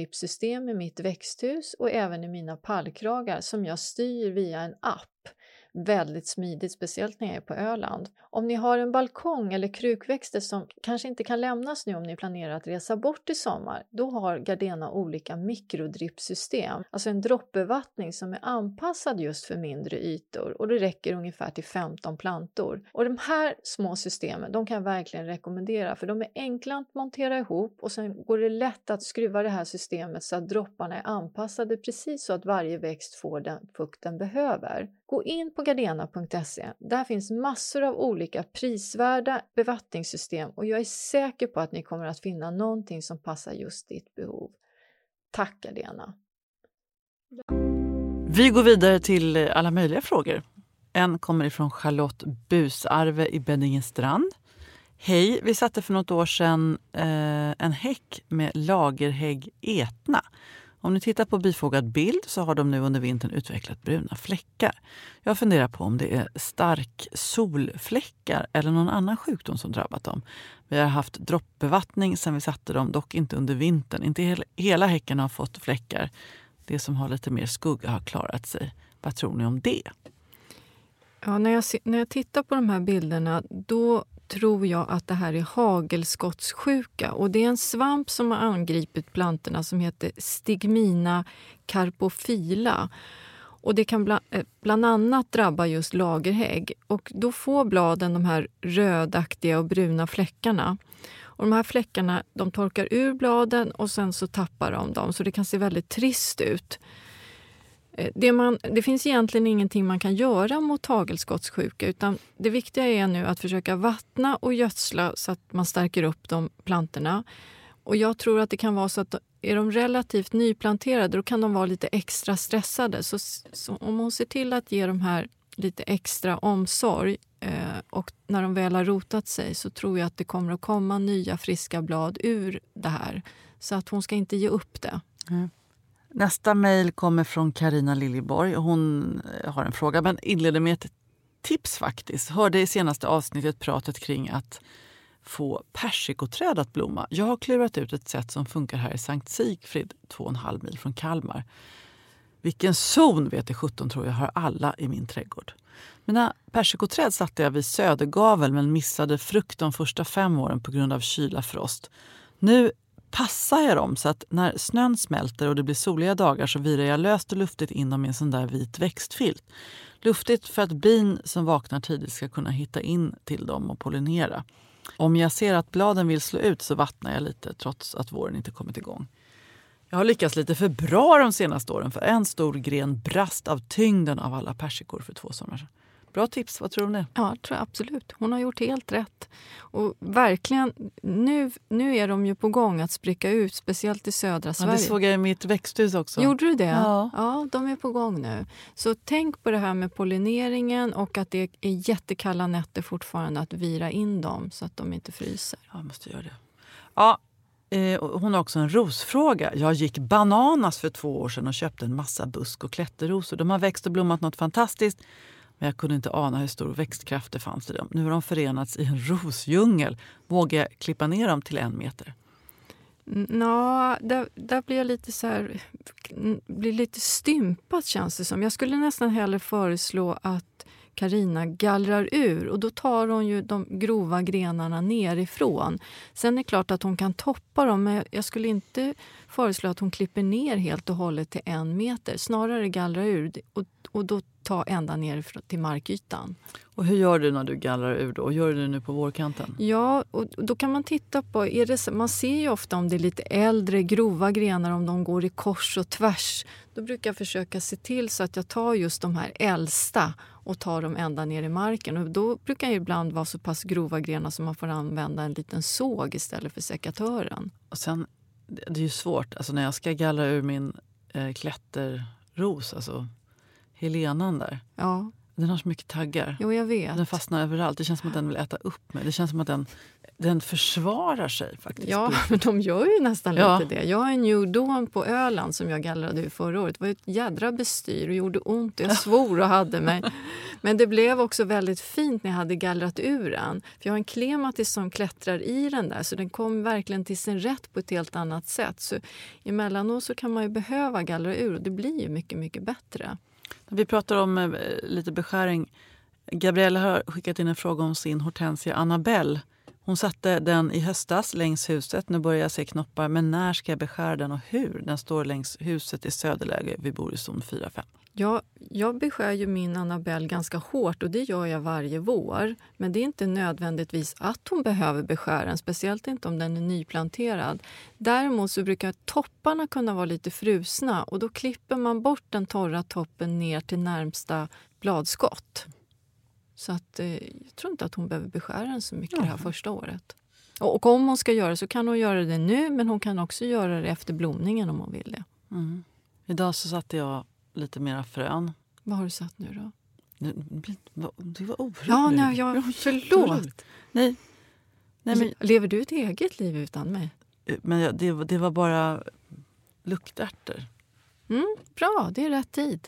Speaker 3: mikrodrippsystem i mitt växthus och även i mina pallkragar som jag styr via en app. väldigt smidigt, speciellt när jag är på Öland. Om ni har en balkong eller krukväxter som kanske inte kan lämnas nu om ni planerar att resa bort i sommar, då har Gardena olika mikrodrippsystem, alltså en droppbevattning som är anpassad just för mindre ytor, och det räcker ungefär till femton plantor. Och de här små systemen, de kan jag verkligen rekommendera, för de är enkla att montera ihop och sen går det lätt att skruva det här systemet så att dropparna är anpassade precis så att varje växt får den fukt den behöver. Gå in på gardena punkt se. Där finns massor av olika prisvärda bevattningssystem och jag är säker på att ni kommer att finna någonting som passar just ditt behov. Tack Gardena!
Speaker 4: Vi går vidare till alla möjliga frågor. En kommer ifrån Charlotte Busarve i Beddingestrand. Hej, vi satte för något år sedan eh, en häck med lagerhägg etna. Om ni tittar på bifogad bild så har de nu under vintern utvecklat bruna fläckar. Jag funderar på om det är stark solfläckar eller någon annan sjukdom som drabbat dem. Vi har haft droppbevattning sedan vi satte dem, dock inte under vintern. Inte hela, hela häcken har fått fläckar. Det som har lite mer skugga har klarat sig. Vad tror ni om det?
Speaker 3: Ja, när jag, när jag tittar på de här bilderna då tror jag att det här är hagelskottssjuka. Och det är en svamp som har angripit plantorna som heter Stigmina carpophylla. Och det kan bland, bland annat drabba just lagerhägg. Och då får bladen de här rödaktiga och bruna fläckarna. Och de här fläckarna de torkar ur bladen och sen så tappar de dem. Så det kan se väldigt trist ut. Det, man, det finns egentligen ingenting man kan göra mot hagelskottssjuka, utan det viktiga är nu att försöka vattna och gödsla så att man stärker upp de plantorna. Och jag tror att det kan vara så att är de relativt nyplanterade då kan de vara lite extra stressade. Så, så om hon ser till att ge de här lite extra omsorg eh, och när de väl har rotat sig så tror jag att det kommer att komma nya friska blad ur det här. Så att hon ska inte ge upp det.
Speaker 4: Mm. Nästa mejl kommer från Carina Liljeborg och hon har en fråga men inleder med ett tips faktiskt. Hörde i senaste avsnittet pratet kring att få persikoträd att blomma. Jag har klurat ut ett sätt som funkar här i Sankt Sigfrid, två och en halv mil från Kalmar. Vilken zon vet jag sjutton tror jag har alla i min trädgård. Mina persikoträd satte jag vid södergavel men missade frukt de första fem åren på grund av kyla frost. Nu passar jag dem så att när snön smälter och det blir soliga dagar så virar jag löst och luftigt in dem i en sån där vit växtfilt. Luftigt för att bin som vaknar tidigt ska kunna hitta in till dem och pollinera. Om jag ser att bladen vill slå ut så vattnar jag lite trots att våren inte kommit igång. Jag har lyckats lite för bra de senaste åren för en stor gren brast av tyngden av alla persikor för två somrar sedan. Bra tips, vad tror ni?
Speaker 3: Ja, tror jag absolut. Hon har gjort helt rätt. Och verkligen, nu, nu är de ju på gång att spricka ut, speciellt i södra Sverige.
Speaker 4: Ja, det såg jag i mitt växthus också.
Speaker 3: Gjorde du det?
Speaker 4: Ja.
Speaker 3: Ja, de är på gång nu. Så tänk på det här med pollineringen och att det är jättekalla nätter fortfarande att vira in dem så att de inte fryser.
Speaker 4: Ja, jag måste göra det. Ja, eh, hon har också en rosfråga. Jag gick bananas för två år sedan och köpte en massa busk- och klätterrosor. De har växt och blommat något fantastiskt. Men jag kunde inte ana hur stor växtkraft det fanns i dem. Nu har de förenats i en rosdjungel. Vågar jag klippa ner dem till en meter?
Speaker 3: Nå, där, där blir jag lite så här, blir lite stympat känns det som. Jag skulle nästan hellre föreslå att Carina gallrar ur och då tar hon ju de grova grenarna nerifrån. Sen är det klart att hon kan toppa dem, men jag skulle inte föreslå att hon klipper ner helt och hållet till en meter. Snarare gallra ur och, och då ta ända ner till markytan.
Speaker 4: Och hur gör du när du gallrar ur då? Gör du det nu på vårkanten?
Speaker 3: Ja, och då kan man titta på, är det, man ser ju ofta om det är lite äldre, grova grenar, om de går i kors och tvärs. Då brukar jag försöka se till så att jag tar just de här äldsta och tar dem ända ner i marken. Och då brukar det ibland vara så pass grova grenar som man får använda en liten såg istället för sekatören.
Speaker 4: Och sen, det är ju svårt, alltså när jag ska gallra ur min eh, klätterros, alltså Helenan där.
Speaker 3: Ja.
Speaker 4: Den har så mycket taggar.
Speaker 3: Jo, jag vet.
Speaker 4: Den fastnar överallt. Det känns som att den vill äta upp mig. Det känns som att den, den försvarar sig faktiskt.
Speaker 3: Ja, men de gör ju nästan
Speaker 4: ja.
Speaker 3: lite det. Jag har en New Dawn på Öland som jag gallrade ur förra året. Det var ett jädra bestyr och gjorde ont. Jag svor och hade mig. Men det blev också väldigt fint när jag hade gallrat ur den. För jag har en klematis som klättrar i den där. Så den kom verkligen till sin rätt på ett helt annat sätt. Så emellanåt så kan man ju behöva gallra ur och det blir ju mycket, mycket bättre.
Speaker 4: Vi pratar om eh, lite beskäring. Gabriella har skickat in en fråga om sin hortensia Annabelle. Hon satte den i höstas längs huset. Nu börjar jag se knoppar. Men när ska jag beskära den och hur? Den står längs huset i söderläge. Vi bor i zon fyra fem.
Speaker 3: Ja, jag beskär ju min Annabelle ganska hårt och det gör jag varje vår. Men det är inte nödvändigtvis att hon behöver beskära den, speciellt inte om den är nyplanterad. Däremot så brukar topparna kunna vara lite frusna och då klipper man bort den torra toppen ner till närmsta bladskott. Så att, eh, jag tror inte att hon behöver beskära den så mycket mm. det här första året. Och, och om hon ska göra det så kan hon göra det nu, men hon kan också göra det efter blomningen om hon vill det.
Speaker 4: Mm. Idag så satte jag lite mera frön.
Speaker 3: Vad har du satt nu då?
Speaker 4: Det var oroligt.
Speaker 3: Ja, nej, jag, förlåt.
Speaker 4: Nej. nej men,
Speaker 3: lever du ett eget liv utan mig?
Speaker 4: Men jag, det, det var bara luktärter.
Speaker 3: Mm, bra, det är rätt tid.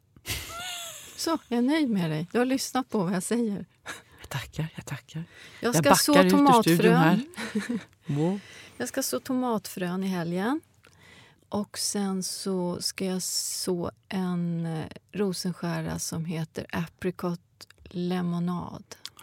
Speaker 3: Så, jag är nöjd med dig. Du har lyssnat på vad jag säger.
Speaker 4: Jag tackar, jag tackar.
Speaker 3: Jag ska
Speaker 4: jag
Speaker 3: så tomatfrön.
Speaker 4: Här. Wow.
Speaker 3: Jag ska så tomatfrön i helgen. Och sen så ska jag så en eh, rosenskära som heter Apricot Lemonade.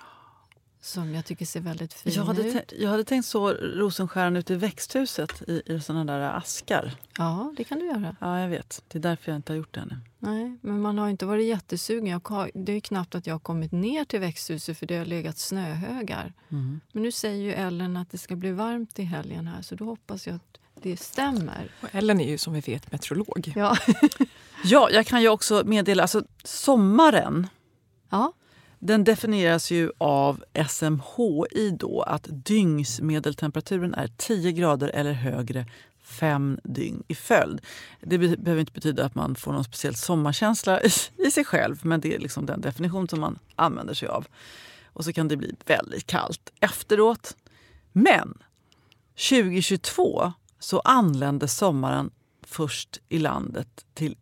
Speaker 3: Som jag tycker ser väldigt fin
Speaker 4: jag hade
Speaker 3: ut.
Speaker 4: Jag hade tänkt så rosenskäran ute i växthuset i, i sådana där askar.
Speaker 3: Ja, det kan du göra.
Speaker 4: Ja, jag vet. Det är därför jag inte har gjort det ännu.
Speaker 3: Nej, men man har inte varit jättesugen. Jag har, det är knappt att jag har kommit ner till växthuset för det har legat snöhögar. Mm. Men nu säger ju Ellen att det ska bli varmt i helgen här så då hoppas jag att det stämmer.
Speaker 5: Och Ellen är ju som vi vet meteorolog.
Speaker 3: Ja,
Speaker 4: ja jag kan ju också meddela, alltså sommaren,
Speaker 3: ja.
Speaker 4: Den definieras ju av S M H I då att dygnsmedeltemperaturen är tio grader eller högre fem dygn i följd. Det be- behöver inte betyda att man får någon speciell sommarkänsla i, i sig själv, men det är liksom den definition som man använder sig av. Och så kan det bli väldigt kallt efteråt. Men tjugohundratjugotvå så anlände sommaren först i landet till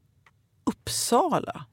Speaker 4: Uppsala.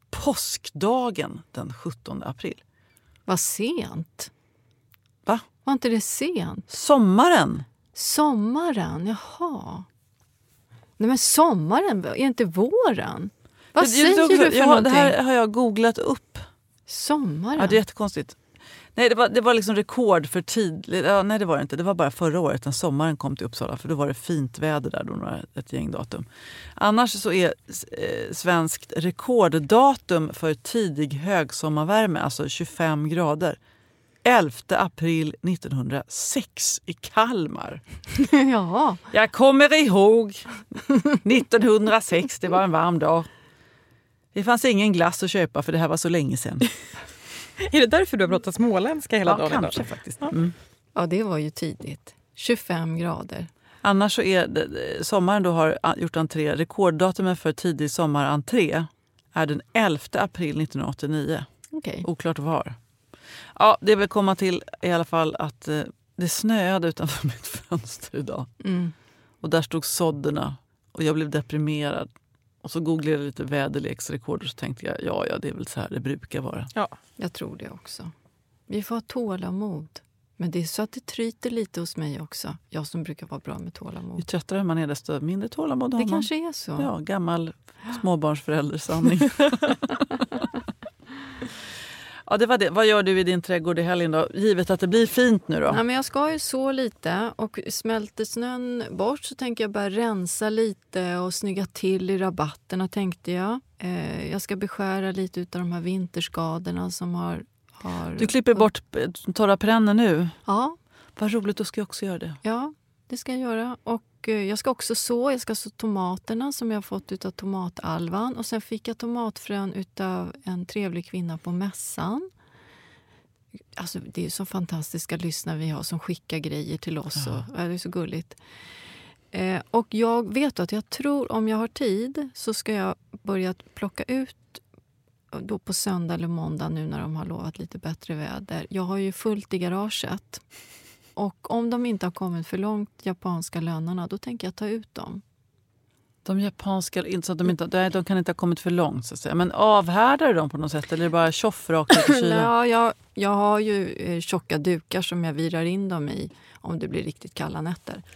Speaker 4: Påskdagen den sjuttonde april.
Speaker 3: Vad sent.
Speaker 4: Va?
Speaker 3: Var inte det sent?
Speaker 4: Sommaren.
Speaker 3: Sommaren, jaha. Nej men sommaren, är inte våren? Vad
Speaker 4: det,
Speaker 3: säger
Speaker 4: det,
Speaker 3: du för
Speaker 4: ja,
Speaker 3: någonting?
Speaker 4: Det här har jag googlat upp.
Speaker 3: Sommaren?
Speaker 4: Ja, det är jättekonstigt. Nej, det var, det var liksom rekord för tid. Ja, nej, det var det inte. Det var bara förra året när sommaren kom till Uppsala. För då var det fint väder där. Då var det ett gäng datum. Annars så är eh, svenskt rekorddatum för tidig högsommarvärme, alltså tjugofem grader. elfte april nittonhundrasex i Kalmar.
Speaker 3: Ja.
Speaker 4: Jag kommer ihåg nittonhundrasex, det var en varm dag. Det fanns ingen glass att köpa för det här var så länge sedan.
Speaker 5: Är det därför du har pratat småländska hela
Speaker 4: ja,
Speaker 5: dagen?
Speaker 4: Ja, kanske faktiskt. Mm.
Speaker 3: Ja, det var ju tidigt. tjugofem grader.
Speaker 4: Annars så är det, sommaren då har gjort entré. Rekorddatumet för tidig sommarentré är den elfte april nittonhundraåttionio.
Speaker 3: Okay.
Speaker 4: Oklart var. Ja, det vill komma till i alla fall att eh, det snöade utanför mitt fönster idag.
Speaker 3: Mm.
Speaker 4: Och där stod sådderna och jag blev deprimerad. Och så googlade jag lite väderleksrekord och så tänkte jag, ja, ja, det är väl så här det brukar vara.
Speaker 3: Ja, jag tror det också. Vi får ha tålamod. Men det är så att det tryter lite hos mig också. Jag som brukar vara bra med tålamod.
Speaker 4: Ju tröttare man är desto mindre tålamod har
Speaker 3: det
Speaker 4: man.
Speaker 3: Det kanske är så.
Speaker 4: Ja, gammal småbarnsföräldersanning. Ja, det var det. Vad gör du i din trädgård i helgen då? Givet att det blir fint nu då?
Speaker 3: Ja, men jag ska ju så lite och smälter snön bort så tänker jag bara rensa lite och snygga till i rabatterna tänkte jag. Eh, jag ska beskära lite av de här vinterskadorna som har... har
Speaker 4: du klipper bort torra perenner nu?
Speaker 3: Ja.
Speaker 4: Vad roligt, då ska jag också göra det.
Speaker 3: Ja, det ska jag göra. Och jag ska också så, jag ska så tomaterna som jag har fått utav tomatalvan. Och sen fick jag tomatfrön utav en trevlig kvinna på mässan. Alltså det är så fantastiska lyssnare vi har som skickar grejer till oss. Ja. Och, ja, det är så gulligt. Eh, och jag vet att jag tror om jag har tid så ska jag börja plocka ut då på söndag eller måndag nu när de har lovat lite bättre väder. Jag har ju fullt i garaget. Och om de inte har kommit för långt, japanska lönnarna, då tänker jag ta ut dem.
Speaker 4: De japanska, så att de, inte, de kan inte ha kommit för långt så att säga. Men avhärdar du dem på något sätt eller är det bara tjoff rakt ut i kylen?
Speaker 3: Ja, jag, jag har ju eh, tjocka dukar som jag virar in dem i om det blir riktigt kalla nätter.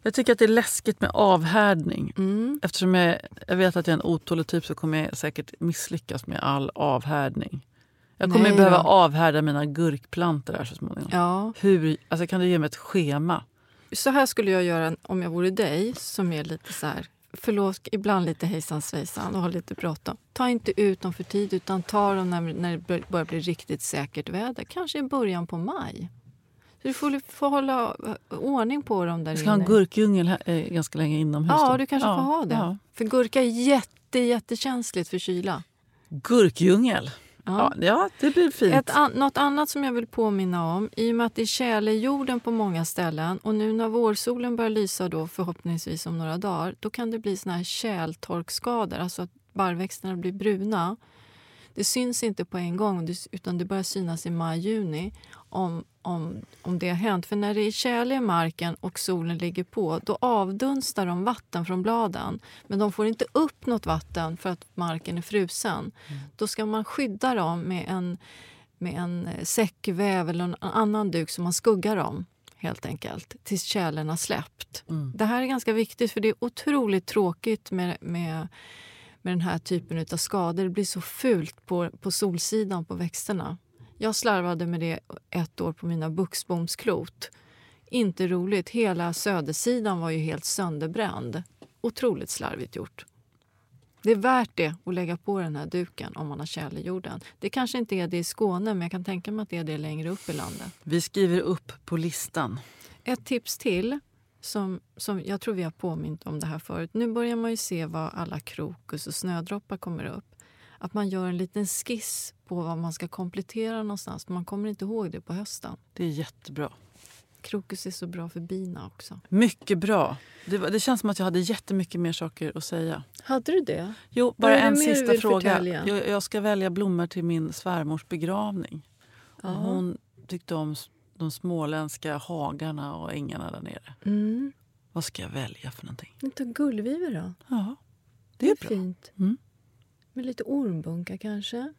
Speaker 4: Jag tycker att det är läskigt med avhärdning.
Speaker 3: Mm.
Speaker 4: Eftersom jag, jag vet att jag är en otålig typ så kommer jag säkert misslyckas med all avhärdning. Jag kommer
Speaker 3: Nej,
Speaker 4: behöva
Speaker 3: då.
Speaker 4: avhärda mina gurkplantor här så småningom.
Speaker 3: Ja.
Speaker 4: Hur, alltså kan du ge mig ett schema?
Speaker 3: Så här skulle jag göra om jag vore dig, som är lite så här, förlåt, ibland lite hejsan svejsan och har lite bråttom. Ta inte ut dem för tid, utan ta dem när, när det börjar bli riktigt säkert väder. Kanske i början på maj. Så du får, får hålla ordning på dem där inne.
Speaker 4: Jag ska ha en gurkdjungel här, eh, ganska länge inomhus.
Speaker 3: Ja,
Speaker 4: då.
Speaker 3: du kanske
Speaker 4: ja,
Speaker 3: får ha det.
Speaker 4: Ja.
Speaker 3: För gurka är jätte, jättekänsligt för kyla.
Speaker 4: Gurkdjungel.
Speaker 3: Ja.
Speaker 4: Ja, ja, det blir fint.
Speaker 3: Ett an- något annat som jag vill påminna om, i och med att det är tjäle i jorden på många ställen och nu när vårsolen börjar lysa då förhoppningsvis om några dagar, då kan det bli såna här tjältorkskador, alltså att barrväxterna blir bruna. Det syns inte på en gång utan det börjar synas i maj-juni om, om, om det har hänt. För när det är tjäle i marken och solen ligger på, då avdunstar de vatten från bladen. Men de får inte upp något vatten för att marken är frusen. Mm. Då ska man skydda dem med en, med en säckväv eller en annan duk som man skuggar dem. Helt enkelt, tills tjälen har släppt. Mm. Det här är ganska viktigt för det är otroligt tråkigt med, med, med den här typen av skador. Det blir så fult på, på solsidan på växterna. Jag slarvade med det ett år på mina buxbomsklot. Inte roligt. Hela södersidan var ju helt sönderbränd. Otroligt slarvigt gjort. Det är värt det att lägga på den här duken om man har tjäle i jorden. Det kanske inte är det i Skåne, men jag kan tänka mig att det är det längre upp i landet.
Speaker 4: Vi skriver upp på listan.
Speaker 3: Ett tips till, som, som jag tror vi har påmint om det här förut. Nu börjar man ju se vad alla krokus och snödroppar kommer upp. Att man gör en liten skiss på vad man ska komplettera någonstans. Man kommer inte ihåg det på hösten.
Speaker 4: Det är jättebra.
Speaker 3: Krokus är så bra för bina också.
Speaker 4: Mycket bra. Det, det känns som att jag hade jättemycket mer saker att säga.
Speaker 3: Hade du det?
Speaker 4: Jo, bara en sista fråga. Jag, jag ska välja blommor till min svärmors begravning. Och hon tyckte om de småländska hagarna och ängarna där nere. Mm. Vad ska jag välja för någonting?
Speaker 3: Inte gullviver då?
Speaker 4: Ja,
Speaker 3: det, det är, är fint.
Speaker 4: Mm.
Speaker 3: Med lite ormbunka kanske.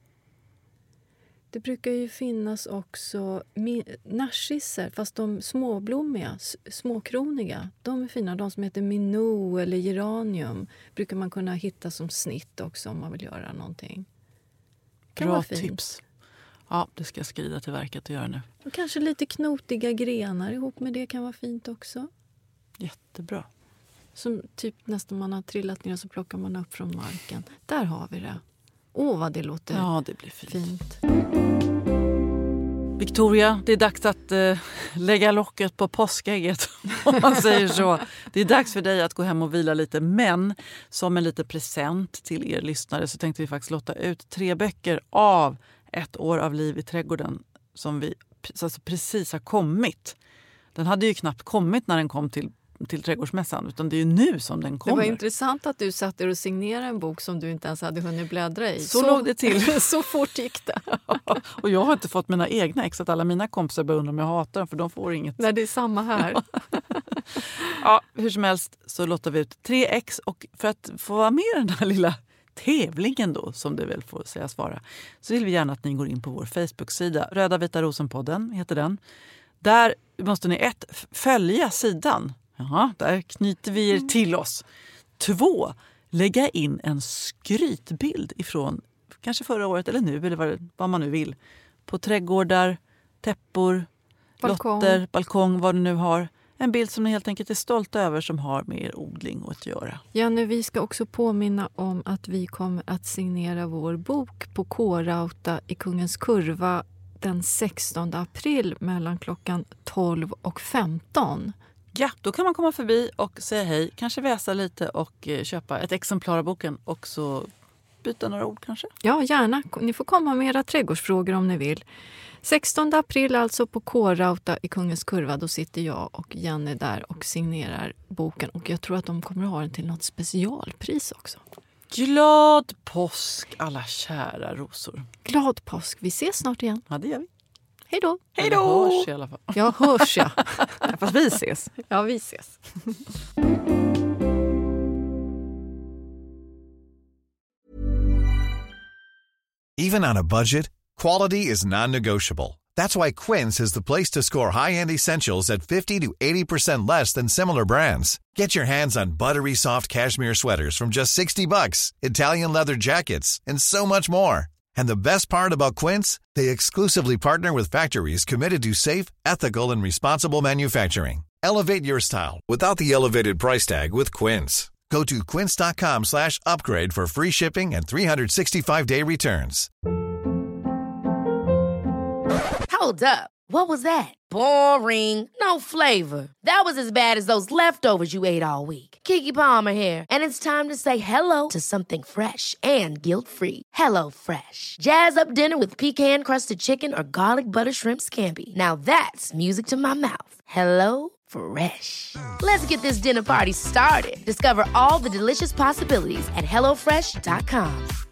Speaker 3: Det brukar ju finnas också narcisser, fast de småblommiga, småkroniga. De är fina. De som heter minot eller geranium brukar man kunna hitta som snitt också om man vill göra någonting. Kan
Speaker 4: Bra
Speaker 3: vara fint.
Speaker 4: tips. Ja, det ska jag skrida till verket och göra nu.
Speaker 3: Och kanske lite knotiga grenar ihop med det kan vara fint också.
Speaker 4: Jättebra.
Speaker 3: Som typ nästan man har trillat ner och så plockar man upp från marken. Där har vi det. Åh, vad det låter
Speaker 4: ja, det blir fint.
Speaker 3: fint.
Speaker 4: Victoria, det är dags att eh, lägga locket på påskägget, om man säger så. Det är dags för dig att gå hem och vila lite. Men som en liten present till er lyssnare så tänkte vi faktiskt låta ut tre böcker av Ett år av liv i trädgården som vi alltså precis har kommit. Den hade ju knappt kommit när den kom till till trädgårdsmässan, utan det är ju nu som den kommer.
Speaker 3: Det var intressant att du satt och signerade en bok som du inte ens hade hunnit bläddra i.
Speaker 4: Så, så låg det till.
Speaker 3: Så fort gick det.
Speaker 4: Och jag har inte fått mina egna ex, att alla mina kompisar börjar undra om jag hatar dem, för de får inget.
Speaker 3: Nej, det är samma här.
Speaker 4: Ja, hur som helst så låter vi ut tre ex, och för att få vara med i den här lilla tävlingen då, som det väl får sägas vara, så vill vi gärna att ni går in på vår Facebook-sida. Röda vita rosen-podden heter den. Där måste ni ett, följa sidan. Jaha, där knyter vi er till oss. Två, lägga in en skrytbild ifrån kanske förra året eller nu, eller vad, vad man nu vill. På trädgårdar, täppor, balkong. lotter, balkong, vad du nu har. En bild som ni helt enkelt är stolta över som har med er odling att göra.
Speaker 3: Janne, vi ska också påminna om att vi kommer att signera vår bok på K-Rauta i Kungens Kurva den sextonde april mellan klockan tolv och femton.
Speaker 4: Ja, då kan man komma förbi och säga hej, kanske väsa lite och köpa ett exemplar av boken och så byta några ord kanske.
Speaker 3: Ja, gärna. Ni får komma med era trädgårdsfrågor om ni vill. sextonde april alltså på K-Rauta i Kungens Kurva, då sitter jag och Janne där och signerar boken. Och jag tror att de kommer att ha den till något specialpris också.
Speaker 4: Glad påsk alla kära rosor.
Speaker 3: Glad påsk. Vi ses snart igen.
Speaker 4: Ja, det gör vi.
Speaker 3: Hej då.
Speaker 4: Hej då. Hörs i alla fall.
Speaker 3: Ja, hörs jag.
Speaker 5: Fast vi ses.
Speaker 3: Ja, vi ses.
Speaker 10: Even on a budget, quality is non-negotiable. That's why Quince is the place to score high-end essentials at fifty to eighty percent less than similar brands. Get your hands on buttery soft cashmere sweaters from just sixty bucks, Italian leather jackets, and so much more. And the best part about Quince, they exclusively partner with factories committed to safe, ethical, and responsible manufacturing. Elevate your style without the elevated price tag with Quince. Go to quince.com slash upgrade for free shipping and three sixty-five day returns.
Speaker 9: Hold up. What was that? Boring. No flavor. That was as bad as those leftovers you ate all week. Keke Palmer here, and it's time to say hello to something fresh and guilt-free. Hello Fresh. Jazz up dinner with pecan-crusted chicken or garlic butter shrimp scampi. Now that's music to my mouth. Hello Fresh. Let's get this dinner party started. Discover all the delicious possibilities at hello fresh dot com.